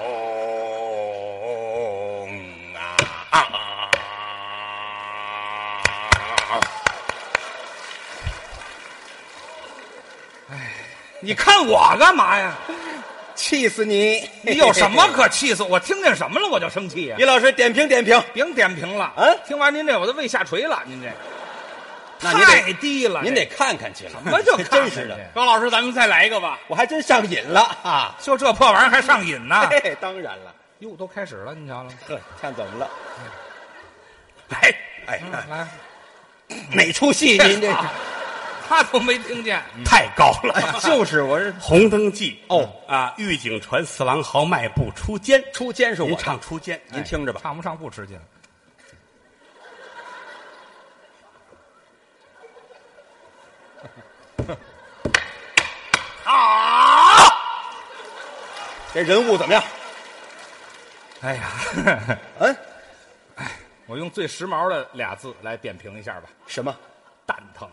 你看我干嘛呀？ 气死你！ 你有什么可气死？我听见什么了我就生气呀、 于老师点评点评。 别点评了， 嗯听完您这我都胃下垂了，您这那您得太低了， 您得看看去了。 什么就看看真是的去， 高老师，咱们再来一个吧。 我还真上瘾了啊！ 就这破玩意儿还上瘾呢？ 嘿，当然了。 哟，都开始了，您瞧了？ 呵，看怎么了？ 哎哎， 嗯来， 哪出戏您这他都没听见。 太高了。 就是我是红灯记哦啊，玉井传四郎豪迈步出监， 出监是我您的唱出监， 您听着吧。 唱不唱不吃劲。 啊！这人物怎么样？ 哎呀， 嗯， 我用最时髦的俩字来点评一下吧， 什么？ 蛋疼。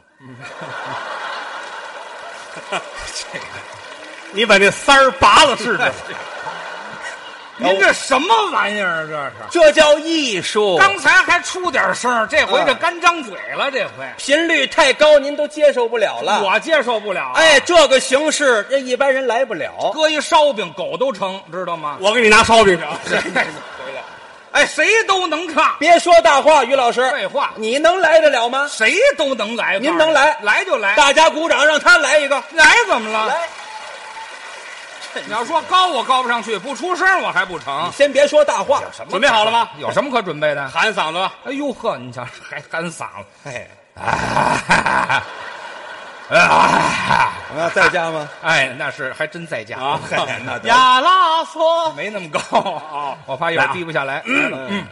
这个， 你把那三儿拔了试试。 您这什么玩意儿？这是？ 这叫艺术。 刚才还出点声，这回这干张嘴了。这回频率太高，您都接受不了了。 我接受不了。 哎，这个形式，这一般人来不了。 搁一烧饼，狗都成，知道吗？ 我给你拿烧饼去啊。 回来，哎，谁都能唱。 别说大话，于老师。 废话， 你能来得了吗？ 谁都能来。 您能来， 来就来。 大家鼓掌，让他来一个。 来怎么了？ 来， 你要说高我高不上去，不出声我还不成。 先别说大话， 什么准备好了吗？ 有什么可准备的？ 喊嗓子吧。 哎呦呵，你瞧还喊嗓子。 哎， 啊我们要在家吗？ 哎，那是还真在家啊那得呀啦嗦， 没那么高啊，我怕一会儿低不下来。嗯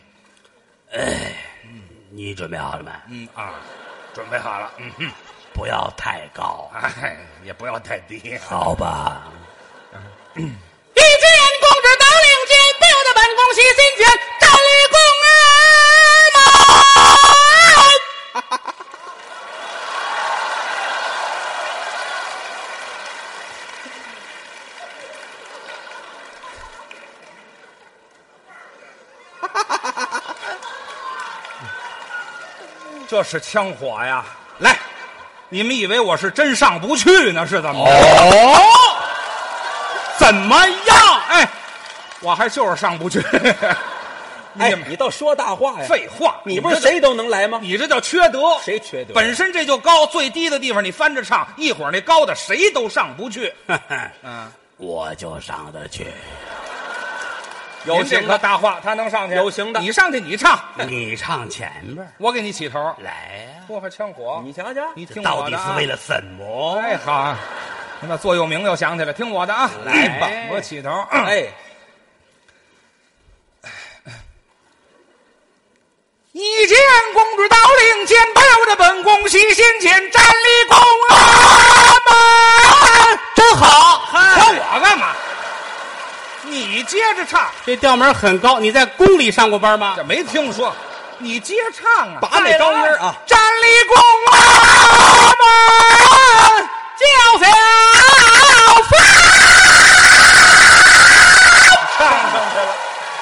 你准备好了没？ 嗯啊，准备好了。嗯哼， 不要太高， 哎，也不要太低。 好吧？ 一见公主到领间，不由得本宫喜心间，站立宫儿门。 这是枪火呀！来，你们以为我是真上不去呢？是怎么着？ 哦，怎么样？ 哎，我还就是上不去。 哎你们， 你倒说大话呀！ 废话， 你不是谁都能来吗？ 你这叫缺德。 谁缺德？ 本身这就高，最低的地方你翻着唱，一会儿那高的谁都上不去。嗯， 我就上得去。 有这个大话，他能上去？ 有行的你上去，你唱， 你唱前边儿， 我给你起头。 来呀、 拨开枪火， 你瞧瞧， 你听到底我的啊！ 是为了什么？ 哎，好啊，那座右铭又想起来，听我的啊！ 来吧我起头。 哎， 一见公主到令间，不由得本宫喜心间，站立宫儿门。 真好， 瞧我干嘛？你接着唱， 这调门很高。你在宫里上过班吗？ 这没听说。你接唱啊， 拔那高音儿啊！ 站立宫儿门，叫小芳。 唱上去了。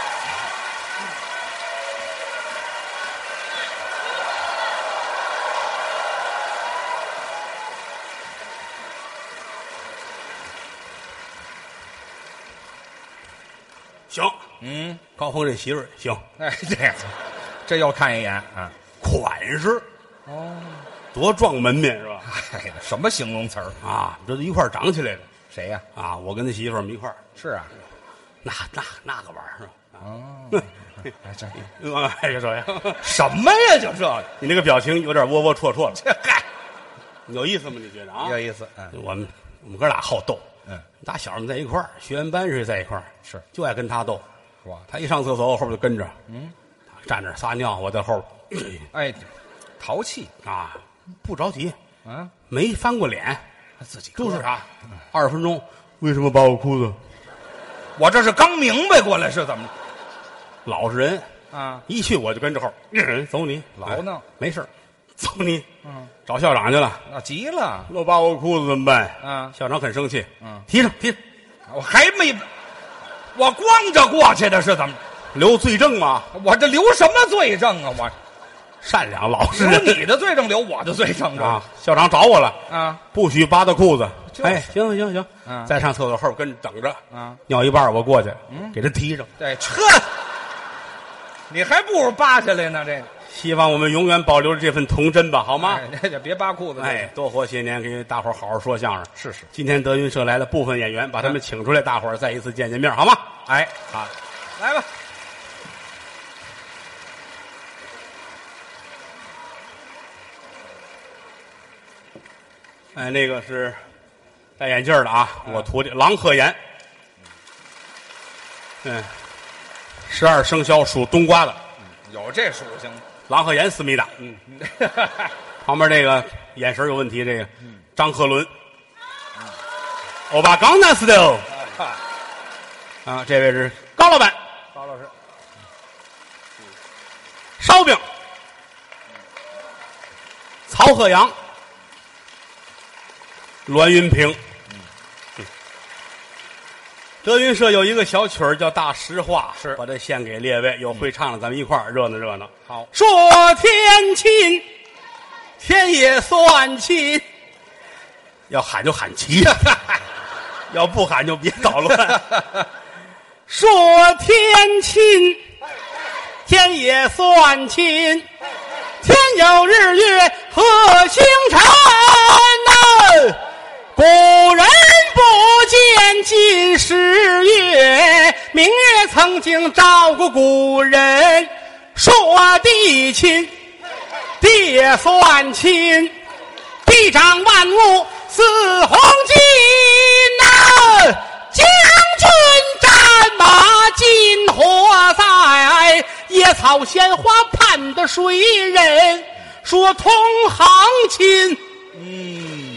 行， 嗯， 高峰这媳妇儿行， 哎，这这又看一眼啊。 款式哦， 多壮门面是吧？ 哎呀，什么形容词儿？ 啊，这都一块儿长起来的谁呀、 啊！我跟他媳妇儿我们一块儿， 是啊， 那那那个玩意儿是吧？啊， 哦，哎，这哎呀，这呀， 什么呀？就这个， 你这个表情有点窝窝戳戳的， 这嗨， 有意思吗？你觉得啊？ 有意思。嗯我们我们哥俩好斗， 嗯， 打小们在一块儿，学员班时在一块儿， 是就爱跟他斗。 是吧？ 他一上厕所，我后边就跟着， 嗯， 他站那儿撒尿，我在后边， 哎，淘气啊，不着急， 啊， 没翻过脸， 他自己就是他，二十分钟，为什么把我裤子？ 我这是刚明白过来是怎么老实人， 啊？ 一去我就跟着后，嗯走你， 老闹哎没事儿走你， 嗯， 找校长去了， 啊，急了我把我裤子怎么办？ 啊！ 校长很生气， 嗯， 提上提上， 我还没，我光着过去的是怎么？ 留罪证嘛， 我这留什么罪证啊？我善良老实留人你的罪证，留我的罪证啊！校长找我了， 啊！ 不许扒他裤子。 就是哎，行行行， 嗯再上厕所后边跟着等着， 啊！ 尿一半我过去，给他提上。 对，这你还不如扒下来呢。这个希望我们永远保留着这份童真吧，好吗？ 哎，这就别扒裤子。 哎，多活些年，给大伙儿好好说相声。 是是。 今天德云社来了部分演员，把他们请出来，大伙儿再一次见见面，好吗？ 哎， 好， 来吧。 哎，那个是戴眼镜的啊，我徒弟郎鹤炎。嗯，十二生肖属冬瓜的有这属性。 郎鹤炎思密达。嗯，旁边这个眼神有问题，这个张鹤伦。欧巴刚南 style 啊，这位是高老板， 高老师， 烧饼，曹鹤阳，栾云平。德云社有一个小曲儿叫《大实话》， 是把它献给列位，有会唱的，咱们一块儿热闹热闹。 好， 说天亲，天也算亲，要喊就喊齐，要不喊就别捣乱。说天亲，天也算亲，天有日月和星辰呐、古人不见近时月，明月曾经照过古人。说地亲，地也算亲，地长万物似黄金呐、将军战马金火在，野草鲜花盼的水人，说同行亲。 嗯，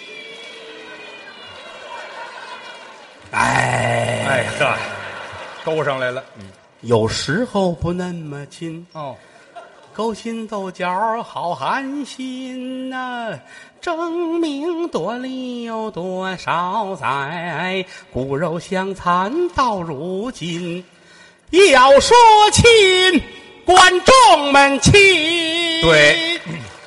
哎哎呵，勾上来了。嗯， 有时候不那么亲， 哦， 勾心斗角好寒心呐、争名夺利有多少载，骨肉相残到如今。要说亲，观众们亲。 对，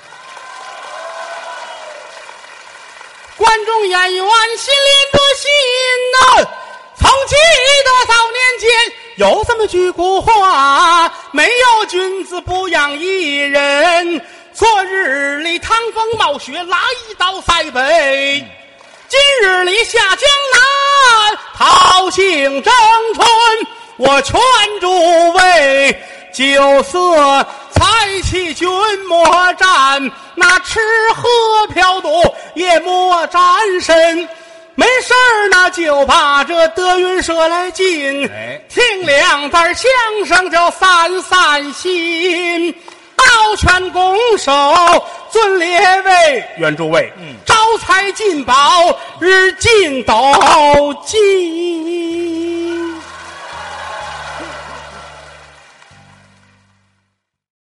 观众演员心连着心呐、曾记得早年间有这么句古话，没有君子不养艺人。昨日里趟风冒雪来到塞北，今日里下江南讨杏争春。我劝诸位酒色财气君莫沾，那吃喝嫖赌也莫沾身。没事儿呢，就把这德云社来进， 哎听两段相声就散散心。高权拱手，尊列位，愿诸位， 嗯招财进宝，日进斗金。